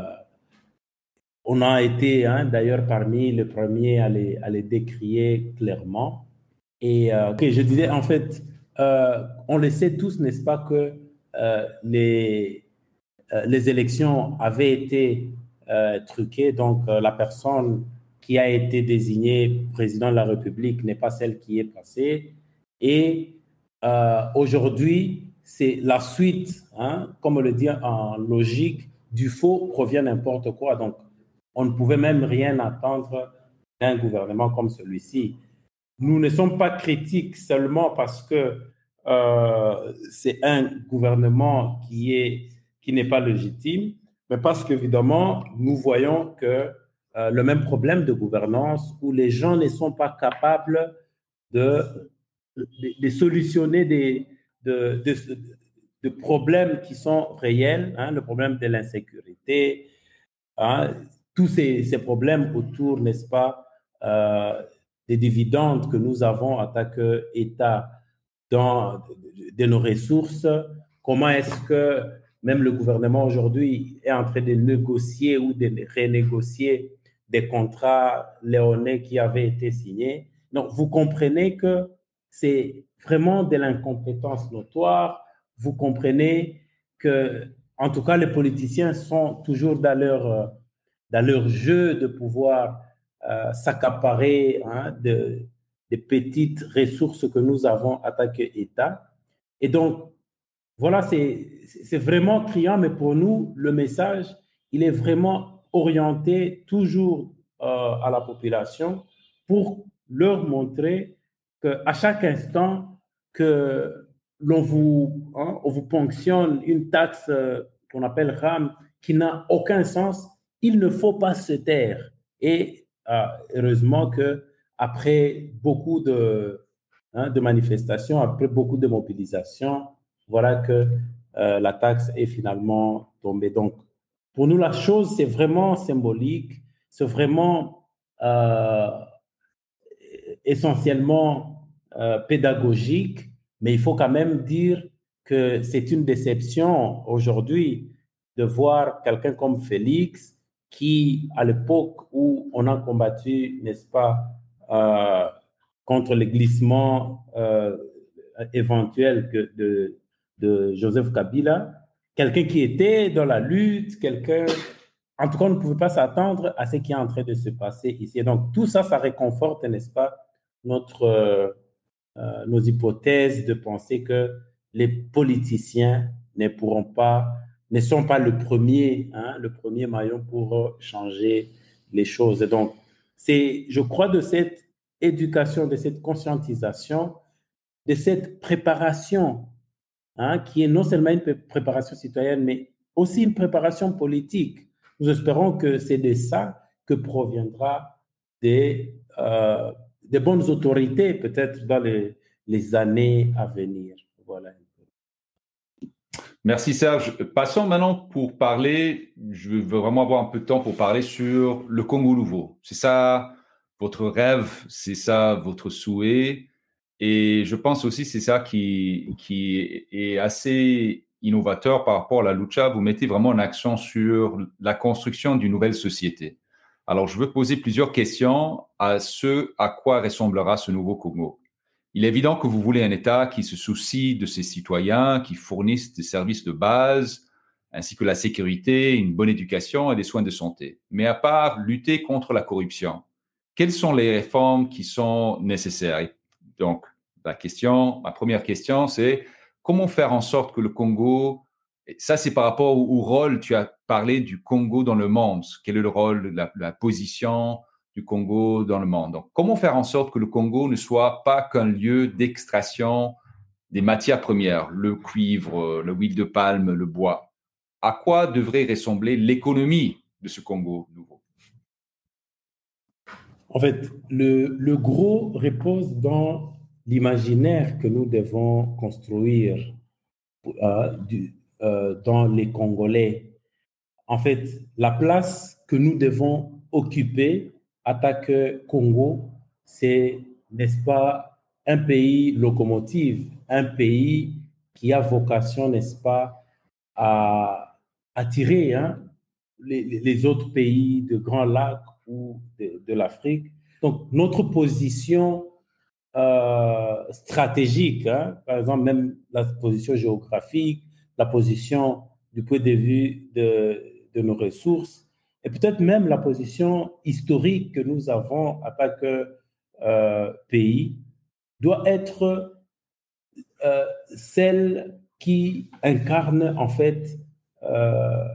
on a été hein, d'ailleurs parmi les premiers à les, à les décrier clairement. Et euh, okay, je disais, en fait, euh, on le sait tous, n'est-ce pas, que euh, les, euh, les élections avaient été euh, truquées. Donc, euh, la personne qui a été désignée président de la République n'est pas celle qui est passée. Et euh, aujourd'hui, c'est la suite, hein, comme on le dit en logique, du faux provient n'importe quoi. Donc, on ne pouvait même rien attendre d'un gouvernement comme celui-ci. Nous ne sommes pas critiques seulement parce que euh, c'est un gouvernement qui est, qui n'est pas légitime, mais parce qu'évidemment, nous voyons que euh, le même problème de gouvernance où les gens ne sont pas capables de, de, de solutionner des de, de, de problèmes qui sont réels, hein, le problème de l'insécurité, hein, tous ces, ces problèmes autour, n'est-ce pas, euh, des dividendes que nous avons en tant qu'État dans de, de nos ressources. Comment est-ce que même le gouvernement aujourd'hui est en train de négocier ou de renégocier des contrats léonais qui avaient été signés? Donc, vous comprenez que c'est vraiment de l'incompétence notoire. Vous comprenez que, en tout cas, les politiciens sont toujours dans leur, dans leur jeu de pouvoir euh, s'accaparer hein, de, des petites ressources que nous avons en tant qu'État. Et donc, voilà, c'est, c'est vraiment criant, mais pour nous, le message, il est vraiment orienté toujours euh, à la population pour leur montrer qu'à chaque instant que l'on vous, hein, on vous ponctionne une taxe euh, qu'on appelle RAM qui n'a aucun sens, il ne faut pas se taire. Et euh, heureusement qu'après beaucoup de, hein, de manifestations, après beaucoup de mobilisations, voilà que euh, la taxe est finalement tombée. Donc, pour nous, la chose, c'est vraiment symbolique, c'est vraiment euh, essentiellement euh, pédagogique, mais il faut quand même dire que c'est une déception aujourd'hui de voir quelqu'un comme Félix qui, à l'époque où on a combattu, n'est-ce pas, euh, contre les glissements euh, éventuels que de, de Joseph Kabila, quelqu'un qui était dans la lutte, quelqu'un... En tout cas, on ne pouvait pas s'attendre à ce qui est en train de se passer ici. Et donc, tout ça, ça réconforte, n'est-ce pas, notre, euh, euh, nos hypothèses de penser que les politiciens ne pourront pas, ne sont pas le premier, hein, le premier maillon pour changer les choses. Et donc, c'est, je crois, de cette éducation, de cette conscientisation, de cette préparation, hein, qui est non seulement une préparation citoyenne, mais aussi une préparation politique. Nous espérons que c'est de ça que proviendra des, euh, des bonnes autorités, peut-être dans les, les années à venir. Voilà. Merci Serge. Passons maintenant pour parler, je veux vraiment avoir un peu de temps pour parler sur le Congo nouveau. C'est ça votre rêve, c'est ça votre souhait. Et je pense aussi que c'est ça qui, qui est assez innovateur par rapport à la lucha. Vous mettez vraiment un accent sur la construction d'une nouvelle société. Alors, je veux poser plusieurs questions à ce à quoi ressemblera ce nouveau Congo. Il est évident que vous voulez un État qui se soucie de ses citoyens, qui fournisse des services de base, ainsi que la sécurité, une bonne éducation et des soins de santé. Mais à part lutter contre la corruption, quelles sont les réformes qui sont nécessaires? Donc, la question, ma première question, c'est comment faire en sorte que le Congo, ça c'est par rapport au, au rôle, tu as parlé du Congo dans le monde, quel est le rôle, la, la position du Congo dans le monde. Donc, comment faire en sorte que le Congo ne soit pas qu'un lieu d'extraction des matières premières, le cuivre, le huile de palme, le bois? À quoi devrait ressembler l'économie de ce Congo nouveau? En fait, le, le gros repose dans l'imaginaire que nous devons construire euh, du, euh, dans les Congolais. En fait, la place que nous devons occuper en tant que Congo, c'est, n'est-ce pas, un pays locomotive, un pays qui a vocation, n'est-ce pas, à attirer hein, les, les autres pays de Grands Lacs ou de, de l'Afrique. Donc, notre position euh, stratégique, hein, par exemple, même la position géographique, la position du point de vue de, de nos ressources, et peut-être même la position historique que nous avons en tant que euh, pays, doit être euh, celle qui incarne en fait euh,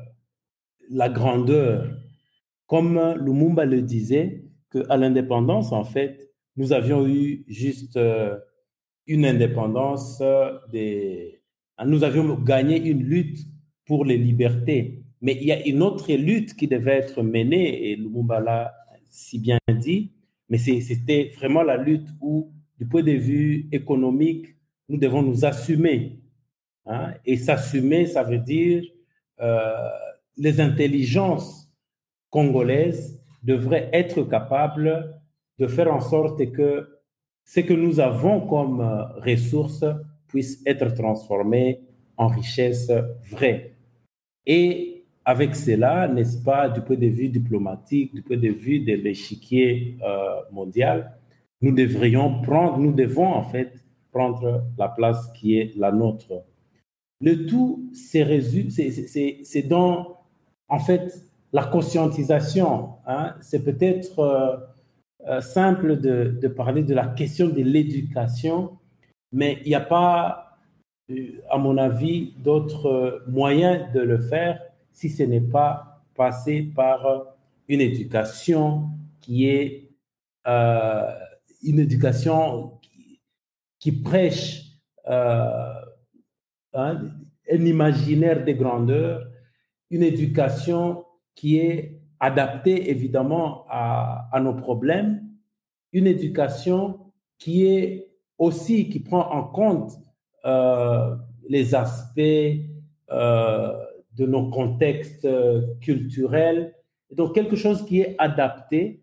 la grandeur. Comme Lumumba le disait, qu'à l'indépendance, en fait, nous avions eu juste euh, une indépendance, des... nous avions gagné une lutte pour les libertés. Mais il y a une autre lutte qui devait être menée, et Lumumba l'a si bien dit, mais c'était vraiment la lutte où, du point de vue économique, nous devons nous assumer. Hein? Et s'assumer, ça veut dire euh, les intelligences congolaises devraient être capables de faire en sorte que ce que nous avons comme ressources puisse être transformé en richesse vraie. Et avec cela, n'est-ce pas, du point de vue diplomatique, du point de vue de l'échiquier euh, mondial, nous devrions prendre, nous devons en fait prendre la place qui est la nôtre. Le tout, c'est dans, en fait, la conscientisation. Hein, c'est peut-être euh, euh, simple de, de parler de la question de l'éducation, mais il n'y a pas, à mon avis, d'autres moyens de le faire si ce n'est pas passer par une éducation qui est euh, une éducation qui, qui prêche euh, hein, un imaginaire de grandeur, une éducation qui est adaptée évidemment à, à nos problèmes, une éducation qui est aussi, qui prend en compte euh, les aspects euh, de nos contextes culturels, et donc quelque chose qui est adapté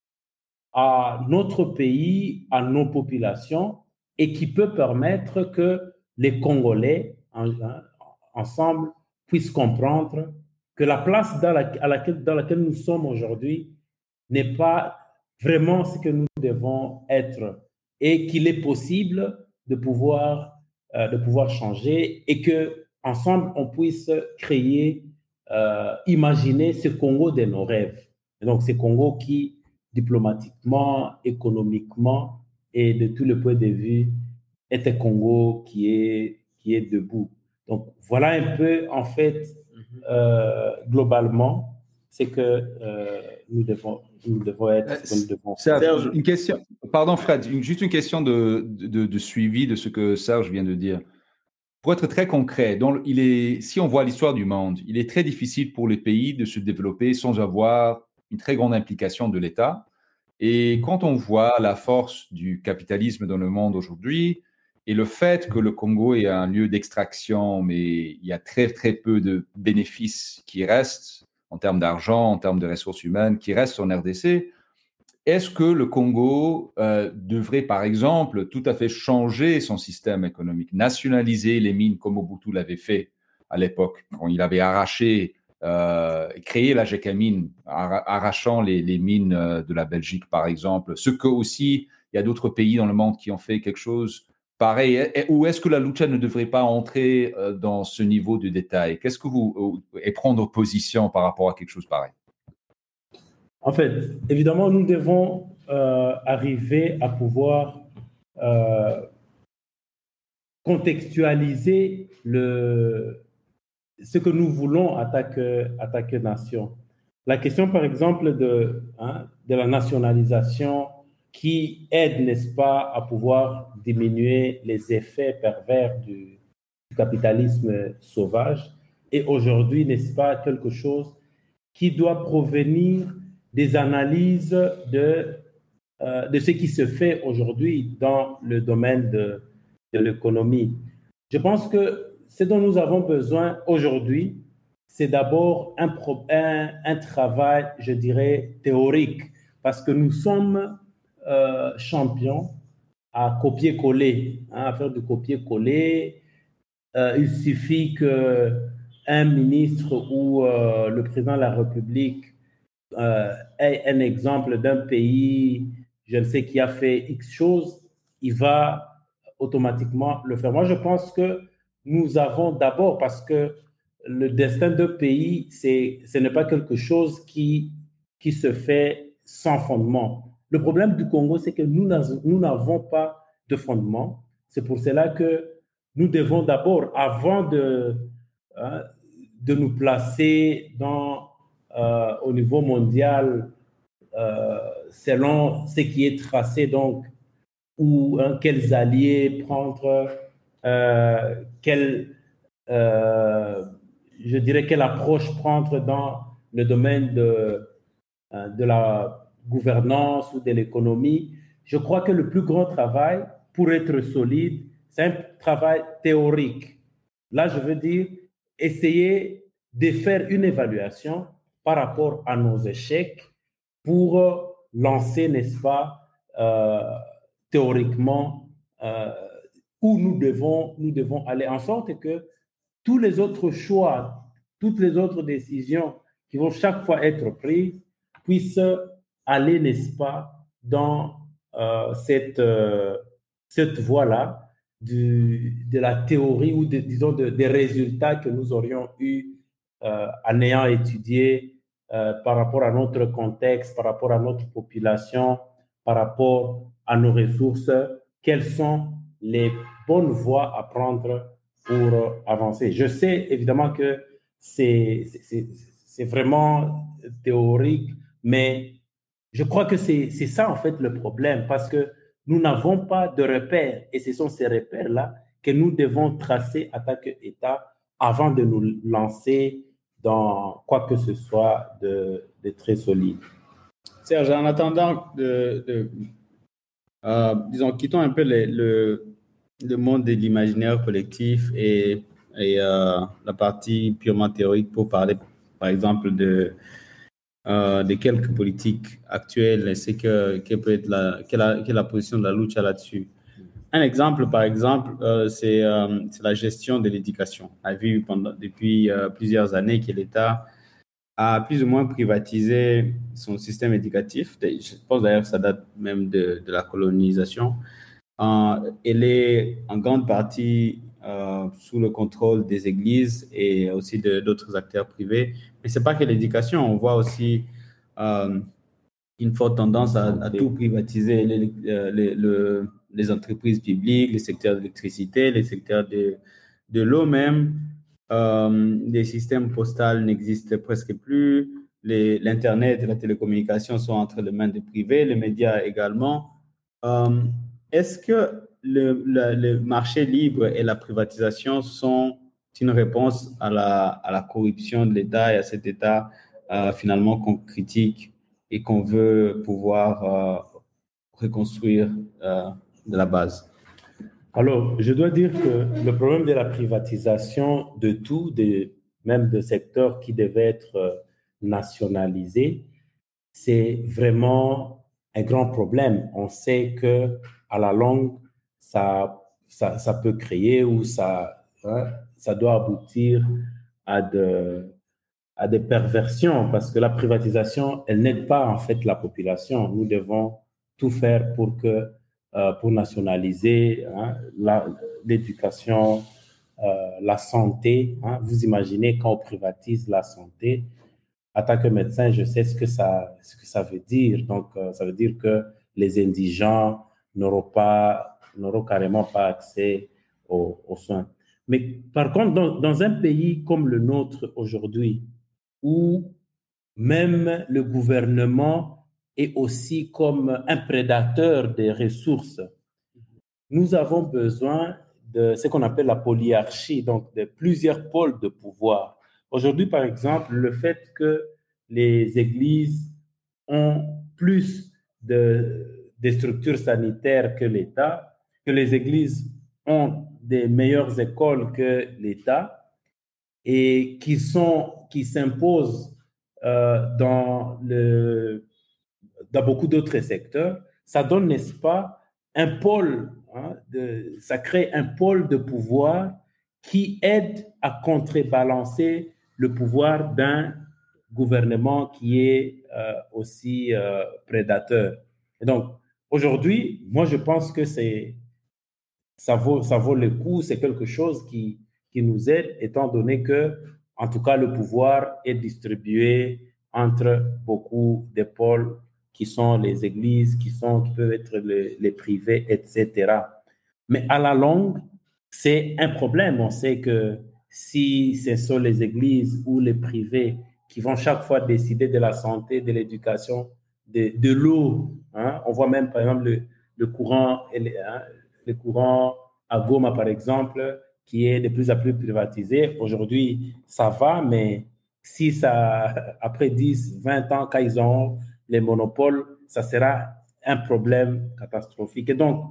à notre pays, à nos populations, et qui peut permettre que les Congolais, en, hein, ensemble, puissent comprendre que la place dans, la, à laquelle, dans laquelle nous sommes aujourd'hui n'est pas vraiment ce que nous devons être et qu'il est possible de pouvoir, euh, de pouvoir changer et qu'ensemble, on puisse créer, euh, imaginer ce Congo de nos rêves. Et donc, ce Congo qui, diplomatiquement, économiquement et de tous les points de vue, est un Congo qui est, qui est debout. Donc, voilà un peu, en fait, euh, globalement, c'est que euh, nous, devons, nous devons être ce que nous devons faire. Serge, une question, pardon Fred, une, juste une question de, de, de suivi de ce que Serge vient de dire. Pour être très concret, donc il est, si on voit l'histoire du monde, il est très difficile pour les pays de se développer sans avoir une très grande implication de l'État. Et quand on voit la force du capitalisme dans le monde aujourd'hui et le fait que le Congo est un lieu d'extraction, mais il y a très, très peu de bénéfices qui restent en termes d'argent, en termes de ressources humaines, qui restent en R D C, est-ce que le Congo euh, devrait, par exemple, tout à fait changer son système économique, nationaliser les mines comme Mobutu l'avait fait à l'époque, quand il avait arraché Euh, créer la Gécamine, arrachant les, les mines de la Belgique, par exemple. Ce que aussi, il y a d'autres pays dans le monde qui ont fait quelque chose pareil. Et, ou est-ce que la lucha ne devrait pas entrer dans ce niveau de détail? Qu'est-ce que vous... et prendre position par rapport à quelque chose pareil? En fait, évidemment, nous devons euh, arriver à pouvoir euh, contextualiser le... ce que nous voulons attaquer, attaquer nation. La question, par exemple, de, hein, de la nationalisation qui aide, n'est-ce pas, à pouvoir diminuer les effets pervers du, du capitalisme sauvage est aujourd'hui, n'est-ce pas, quelque chose qui doit provenir des analyses de, euh, de ce qui se fait aujourd'hui dans le domaine de, de l'économie. Je pense que ce dont nous avons besoin aujourd'hui, c'est d'abord un, un, un travail, je dirais, théorique, parce que nous sommes euh, champions à copier-coller, hein, à faire du copier-coller. Euh, il suffit qu'un ministre ou euh, le président de la République euh, ait un exemple d'un pays, je ne sais, qui a fait X chose, il va automatiquement le faire. Moi, je pense que nous avons d'abord, parce que le destin d'un pays, c'est, ce n'est pas quelque chose qui, qui se fait sans fondement. Le problème du Congo, c'est que nous, nous n'avons pas de fondement. C'est pour cela que nous devons d'abord, avant de, hein, de nous placer dans, euh, au niveau mondial, euh, selon ce qui est tracé, donc, ou hein, quels alliés prendre, euh, quelle, euh, je dirais, quelle approche prendre dans le domaine de, euh, de la gouvernance ou de l'économie. Je crois que le plus grand travail, pour être solide, c'est un travail théorique. Là, je veux dire, essayer de faire une évaluation par rapport à nos échecs pour lancer, n'est-ce pas, euh, théoriquement, euh, où nous devons, nous devons aller, en sorte que tous les autres choix, toutes les autres décisions qui vont chaque fois être prises puissent aller, n'est-ce pas, dans euh, cette, euh, cette voie-là du, de la théorie ou, de, disons, de, des résultats que nous aurions eus euh, en ayant étudié euh, par rapport à notre contexte, par rapport à notre population, par rapport à nos ressources, quelles sont les bonnes voies à prendre pour avancer. Je sais évidemment que c'est, c'est, c'est vraiment théorique, mais je crois que c'est, c'est ça en fait le problème, parce que nous n'avons pas de repères, et ce sont ces repères-là que nous devons tracer en tant qu'État avant de nous lancer dans quoi que ce soit de, de très solide. Serge, en attendant, de, de, euh, disons, quittons un peu les, le, le monde de l'imaginaire collectif et, et euh, la partie purement théorique pour parler, par exemple, de, euh, de quelques politiques actuelles. C'est que, que peut être la, quelle, est la position de la lucha là-dessus. un exemple, par exemple, euh, c'est, euh, c'est la gestion de l'éducation. On a vu pendant, depuis euh, plusieurs années que l'État a plus ou moins privatisé son système éducatif. Je pense d'ailleurs que ça date même de, de la colonisation. Euh, elle est en grande partie euh, sous le contrôle des églises et aussi de, d'autres acteurs privés. Mais ce n'est pas que l'éducation, on voit aussi euh, une forte tendance à, à tout privatiser, les, les, les, les entreprises publiques, les secteurs d'électricité, les secteurs de, de l'eau même. Euh, les systèmes postaux n'existent presque plus. Les, L'Internet et la télécommunication sont entre les mains des privés, les médias également. Euh, est-ce que le, le, le marché libre et la privatisation sont une réponse à la, à la corruption de l'État et à cet État euh, finalement qu'on critique et qu'on veut pouvoir euh, reconstruire euh, de la base? Alors, je dois dire que le problème de la privatisation de tout, de, même de secteurs qui devaient être nationalisés, c'est vraiment un grand problème. On sait que à la longue, ça, ça, ça peut créer ou ça, hein, ça doit aboutir à de, à des perversions parce que la privatisation, elle n'aide pas en fait la population. Nous devons tout faire pour que, euh, pour nationaliser hein, la, l'éducation, euh, la santé. Hein. Vous imaginez quand on privatise la santé, en tant que médecin, je sais ce que ça, ce que ça veut dire. Donc, euh, ça veut dire que les indigents n'auront pas, n'auront carrément pas accès aux, aux soins. Mais par contre, dans, dans un pays comme le nôtre aujourd'hui, où même le gouvernement est aussi comme un prédateur des ressources, nous avons besoin de ce qu'on appelle la polyarchie, donc de plusieurs pôles de pouvoir. Aujourd'hui, par exemple, le fait que les églises ont plus de, de structures sanitaires que l'État, que les églises ont des meilleures écoles que l'État et qui sont, qui s'imposent euh, dans le, dans beaucoup d'autres secteurs, ça donne, n'est-ce pas, un pôle, hein, de, ça crée un pôle de pouvoir qui aide à contrebalancer le pouvoir d'un gouvernement qui est euh, aussi euh, prédateur. Et donc, aujourd'hui, moi, je pense que c'est, ça vaut, ça vaut le coup, c'est quelque chose qui, qui nous aide, étant donné que, en tout cas, le pouvoir est distribué entre beaucoup de pôles qui sont les églises, qui, sont, qui peuvent être les, les privés, et cetera. Mais à la longue, c'est un problème. On sait que si ce sont les églises ou les privés qui vont chaque fois décider de la santé, de l'éducation, de, de l'eau, hein, on voit même, par exemple, le, le courant, hein, le courant à Goma, par exemple, qui est de plus en plus privatisé. Aujourd'hui, ça va, mais si ça, après dix, vingt ans, quand ils ont les monopoles, ça sera un problème catastrophique. Et donc,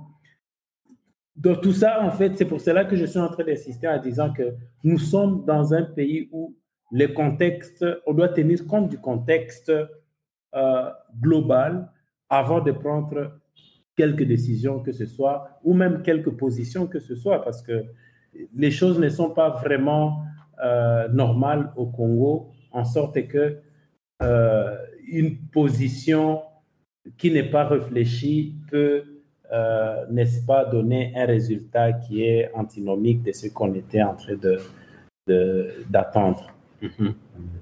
dans tout ça, en fait, c'est pour cela que je suis en train d'insister en disant que nous sommes dans un pays où le contexte, on doit tenir compte du contexte euh, global avant de prendre quelques décisions que ce soit, ou même quelques positions que ce soit, parce que les choses ne sont pas vraiment euh, normales au Congo, en sorte que euh, une position qui n'est pas réfléchie peut, euh, n'est-ce pas, donner un résultat qui est antinomique de ce qu'on était en train de, de, d'attendre. Mm-hmm.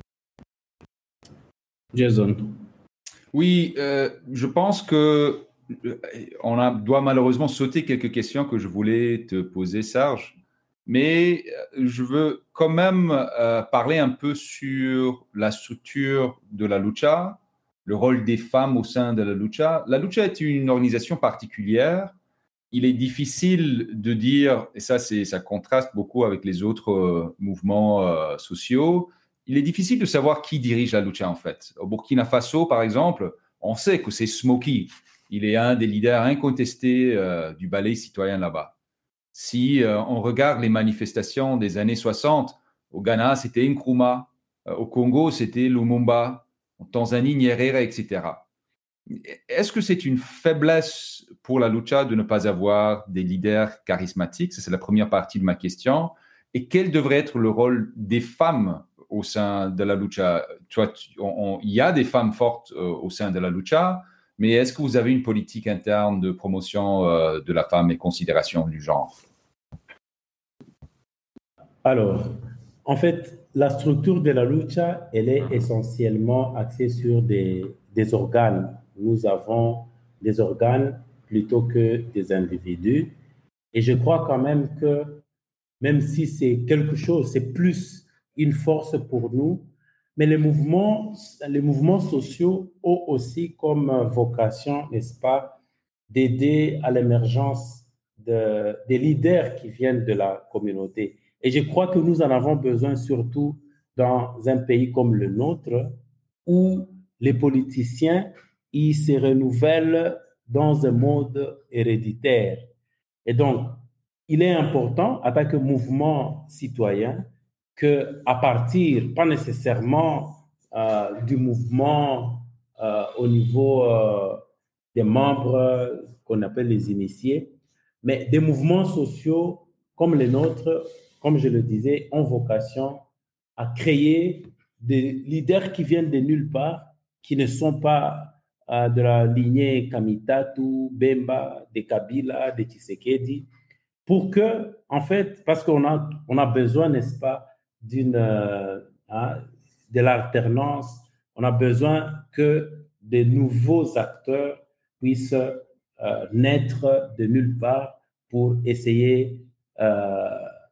Jason. Oui, euh, je pense que on a, doit malheureusement sauter quelques questions que je voulais te poser, Serge. Mais je veux quand même euh, parler un peu sur la structure de la lucha, le rôle des femmes au sein de la lucha. La lucha est une organisation particulière. Il est difficile de dire, et ça, c'est, ça contraste beaucoup avec les autres euh, mouvements euh, sociaux, il est difficile de savoir qui dirige la lucha en fait. Au Burkina Faso, par exemple, on sait que c'est Smokey. Il est un des leaders incontestés euh, du ballet citoyen là-bas. Si euh, on regarde les manifestations des années soixante, au Ghana, c'était Nkrumah. Euh, au Congo, c'était Lumumba. En Tanzanie, Nyerere, et cetera. Est-ce que c'est une faiblesse pour la lucha de ne pas avoir des leaders charismatiques? Ça, c'est la première partie de ma question. Et quel devrait être le rôle des femmes au sein de la lucha? Tu vois, tu- on- on- il y a des femmes fortes euh, au sein de la lucha, mais est-ce que vous avez une politique interne de promotion euh, de la femme et considération du genre? Alors, en fait, la structure de la lucha, elle est essentiellement axée sur des, des organes. Nous avons des organes plutôt que des individus. Et je crois quand même que même si c'est quelque chose, c'est plus une force pour nous, mais les mouvements, les mouvements sociaux ont aussi comme vocation, n'est-ce pas, d'aider à l'émergence de, des leaders qui viennent de la communauté. Et je crois que nous en avons besoin surtout dans un pays comme le nôtre, où les politiciens, ils se renouvellent dans un mode héréditaire. Et donc, il est important, en tant que mouvement citoyen, que à partir, pas nécessairement euh, du mouvement euh, au niveau euh, des membres euh, qu'on appelle les initiés, mais des mouvements sociaux comme les nôtres, comme je le disais, ont vocation à créer des leaders qui viennent de nulle part, qui ne sont pas euh, de la lignée Kamitatu, Bemba, de Kabila, de Tshisekedi, pour que, en fait, parce qu'on a, on a besoin, n'est-ce pas, d'une, euh, hein, de l'alternance, on a besoin que de nouveaux acteurs puissent euh, naître de nulle part pour essayer euh,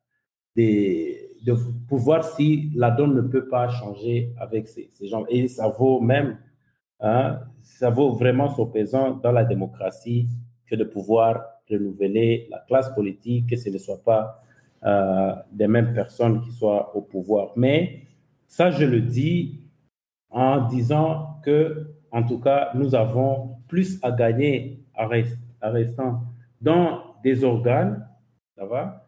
de, de, pour voir si la donne ne peut pas changer avec ces, ces gens. Et ça vaut même, hein, ça vaut vraiment son pesant dans la démocratie que de pouvoir renouveler la classe politique, que ce ne soit pas euh, des mêmes personnes qui soient au pouvoir. Mais ça, je le dis en disant que, en tout cas, nous avons plus à gagner en restant dans des organes, ça va,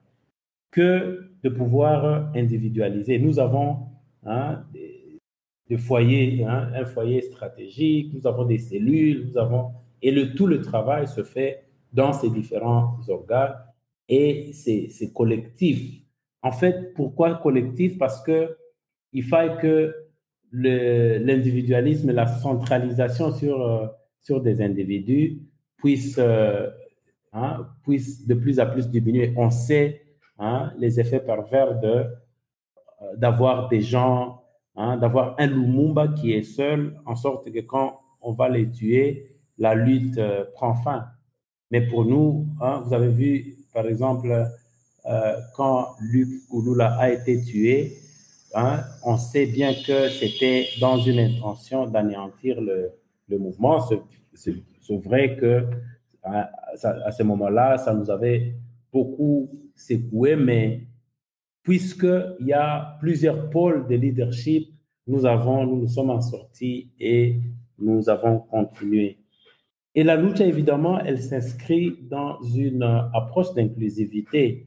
que de pouvoir individualiser. Nous avons hein, des, des foyers, hein, un foyer stratégique, nous avons des cellules, nous avons et le tout le travail se fait dans ces différents organes et c'est, c'est collectif. En fait, pourquoi collectif? Parce que il faut que le, l'individualisme et la centralisation sur, euh, sur des individus puissent, euh, hein, puissent de plus en plus diminuer. On sait hein, les effets pervers de, euh, d'avoir des gens, hein, d'avoir un Lumumba qui est seul, en sorte que quand on va les tuer, la lutte euh, prend fin. Mais pour nous, hein, vous avez vu, par exemple, euh, quand Luc Kouloula a été tué, hein, on sait bien que c'était dans une intention d'anéantir le, le mouvement. C'est, c'est, c'est vrai que à, à ce moment-là, ça nous avait beaucoup secoué, mais puisqu'il y a plusieurs pôles de leadership, nous avons, nous nous sommes en sortis et nous avons continué. Et la lucha, évidemment, elle s'inscrit dans une approche d'inclusivité.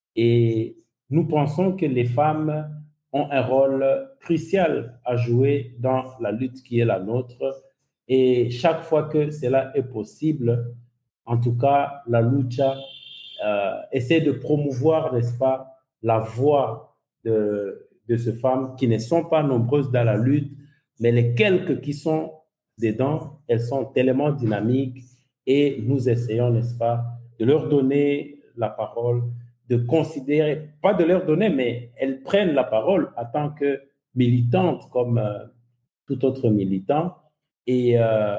Et nous pensons que les femmes ont un rôle crucial à jouer dans la lutte qui est la nôtre. Et chaque fois que cela est possible, en tout cas, la lucha euh, essaie de promouvoir, n'est-ce pas, la voix de, de ces femmes qui ne sont pas nombreuses dans la lutte, mais les quelques qui sont dedans, elles sont tellement dynamiques et nous essayons, n'est-ce pas, de leur donner la parole, de considérer, pas de leur donner, mais elles prennent la parole en tant que militantes comme euh, tout autre militant. Et euh,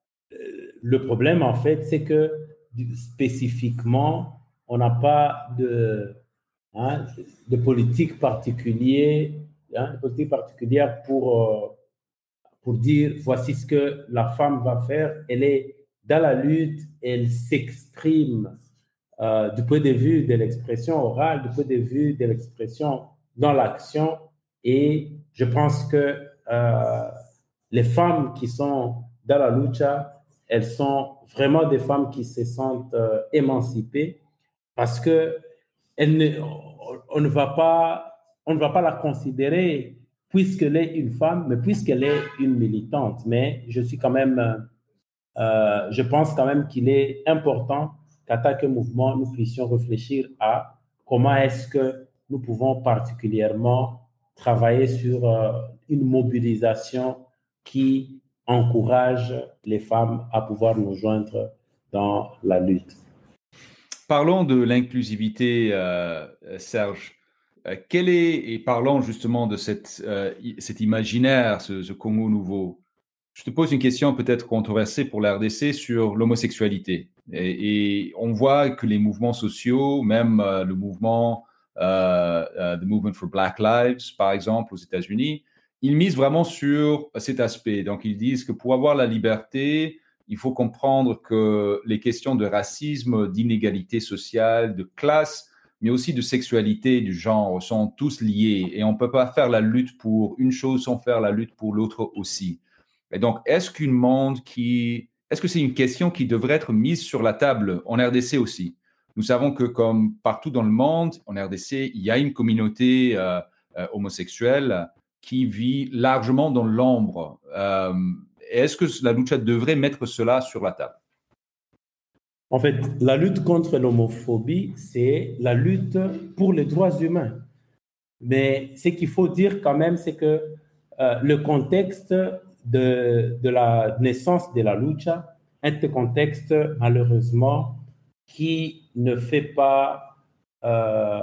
le problème, en fait, c'est que spécifiquement, on n'a pas de, hein, de politique particulière, hein, de politique particulière pour, euh, pour dire voici ce que la femme va faire. Elle est dans la lutte, elle s'exprime euh, du point de vue de l'expression orale, du point de vue de l'expression dans l'action. Et je pense que euh, les femmes qui sont dans la lucha, elles sont vraiment des femmes qui se sentent euh, émancipées parce que elles ne, on ne va pas, on ne va pas la considérer puisqu'elle est une femme, mais puisqu'elle est une militante. Mais je suis quand même euh, je pense quand même qu'il est important qu'en tant que mouvement, nous puissions réfléchir à comment est-ce que nous pouvons particulièrement travailler sur euh, une mobilisation qui encourage les femmes à pouvoir nous joindre dans la lutte. Parlons de l'inclusivité, euh, Serge. Euh, quel est, et parlons justement de cette, euh, cet imaginaire, ce, ce Congo nouveau. Je te pose une question peut-être controversée pour la R D C sur l'homosexualité. Et, et on voit que les mouvements sociaux, même euh, le mouvement, euh, uh, the Movement for Black Lives, par exemple, aux États-Unis, ils misent vraiment sur cet aspect. Donc, ils disent que pour avoir la liberté, il faut comprendre que les questions de racisme, d'inégalité sociale, de classe, mais aussi de sexualité, du genre, sont tous liés. Et on ne peut pas faire la lutte pour une chose sans faire la lutte pour l'autre aussi. Et donc, est-ce qu'une monde qui, est-ce que c'est une question qui devrait être mise sur la table en R D C aussi? Nous savons que comme partout dans le monde, en R D C, il y a une communauté euh, euh, homosexuelle qui vit largement dans l'ombre. Euh, est-ce que la lucha devrait mettre cela sur la table? En fait, la lutte contre l'homophobie, c'est la lutte pour les droits humains. Mais ce qu'il faut dire quand même, c'est que euh, le contexte de, de la naissance de la lucha est un contexte, malheureusement, qui ne fait pas euh,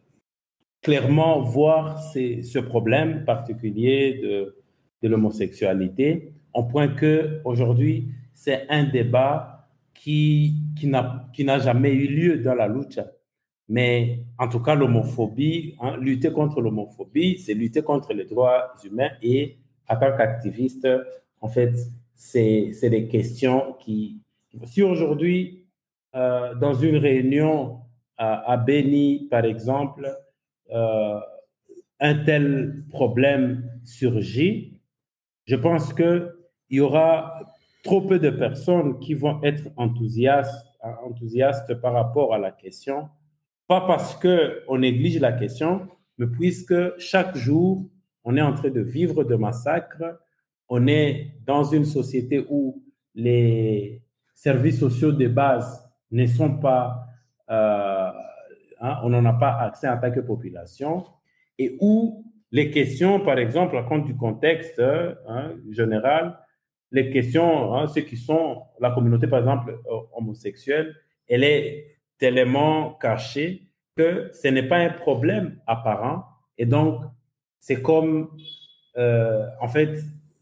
clairement voir ces, ce problème particulier de, de l'homosexualité, au point qu'aujourd'hui, c'est un débat qui, qui, n'a, qui n'a jamais eu lieu dans la lucha. Mais en tout cas, l'homophobie, hein, lutter contre l'homophobie, c'est lutter contre les droits humains. Et en tant qu'activiste, en fait, c'est, c'est des questions qui... Si aujourd'hui, euh, dans une réunion à, à Beni, par exemple, euh, un tel problème surgit, je pense qu'il y aura trop peu de personnes qui vont être enthousiastes, enthousiastes par rapport à la question. Pas parce qu'on néglige la question, mais puisque chaque jour, on est en train de vivre de massacres, on est dans une société où les services sociaux de base ne sont pas, euh, hein, on n'en a pas accès en tant que population, et où les questions, par exemple, à compte du contexte hein, général, les questions, hein, ceux qui sont la communauté, par exemple, homosexuelle, elle est tellement caché que ce n'est pas un problème apparent. Et donc, c'est comme, euh, en fait,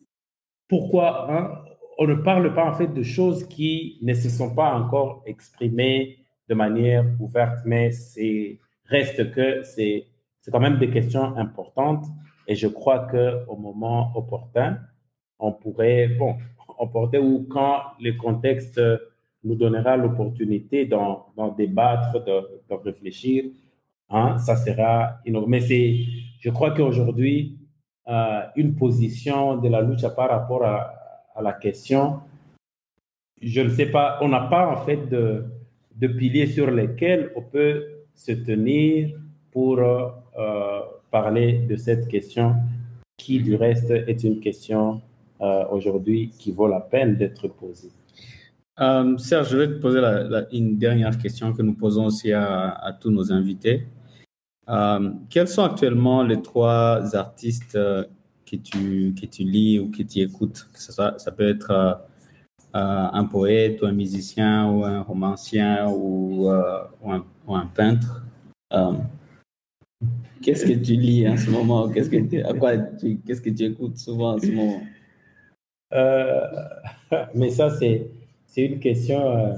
pourquoi hein, on ne parle pas en fait de choses qui ne se sont pas encore exprimées de manière ouverte, mais c'est reste que c'est c'est quand même des questions importantes. Et je crois que au moment opportun, on pourrait bon, emporter ou quand le contexte nous donnera l'opportunité d'en, d'en débattre, de, de réfléchir, hein, ça sera innovant. Mais c'est, je crois qu'aujourd'hui, euh, une position de la lucha par rapport à, à la question, je ne sais pas, on n'a pas en fait de, de piliers sur lesquels on peut se tenir pour euh, parler de cette question qui, du reste, est une question euh, aujourd'hui qui vaut la peine d'être posée. Euh, Serge, je vais te poser la, la, une dernière question que nous posons aussi à, à tous nos invités. Euh, quels sont actuellement les trois artistes euh, que, tu, que tu lis ou que tu écoutes? Que ça, soit, ça peut être euh, euh, un poète ou un musicien ou un romancien ou, euh, ou, un, ou un peintre. Euh, qu'est-ce que tu lis en ce moment? Qu'est-ce que tu, à quoi tu, qu'est-ce que tu écoutes souvent en ce moment? Euh, mais ça, c'est, c'est une question euh,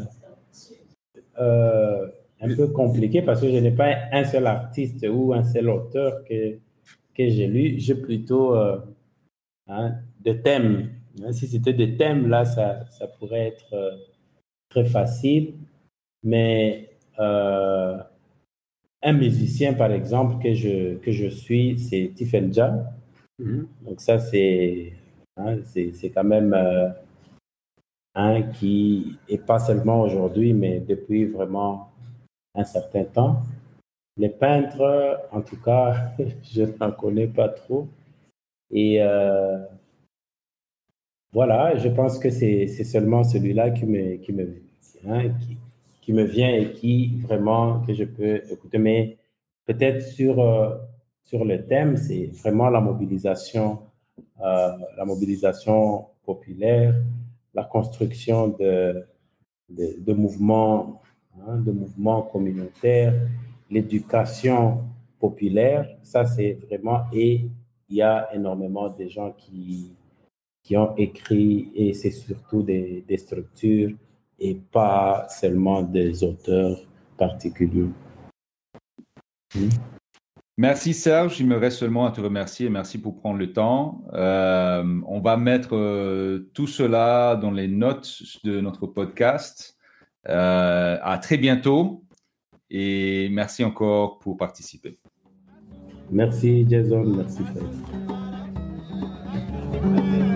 euh, un peu compliquée parce que je n'ai pas un seul artiste ou un seul auteur que, que j'ai lu. J'ai plutôt euh, hein, des thèmes. Si c'était des thèmes, là, ça, ça pourrait être euh, très facile. Mais euh, un musicien, par exemple, que je, que je suis, c'est Tiffen Jah. Mm-hmm. Donc ça, c'est... Hein, c'est, c'est quand même euh, un qui, et pas seulement aujourd'hui, mais depuis vraiment un certain temps. Les peintres, en tout cas, je n'en connais pas trop. Et euh, voilà, je pense que c'est, c'est seulement celui-là qui me, qui, me, hein, qui, qui me vient et qui vraiment que je peux écouter. Mais peut-être sur, euh, sur le thème, c'est vraiment la mobilisation, euh, la mobilisation populaire, la construction de, de, de mouvements, hein, de mouvements communautaires, l'éducation populaire. Ça, c'est vraiment, et il y a énormément de gens qui qui ont écrit, et c'est surtout des, des structures et pas seulement des auteurs particuliers. Mmh. Merci Serge, il me reste seulement à te remercier. Merci pour prendre le temps. Euh, on va mettre euh, tout cela dans les notes de notre podcast. Euh, à très bientôt et merci encore pour participer. Merci Jason, merci Fred.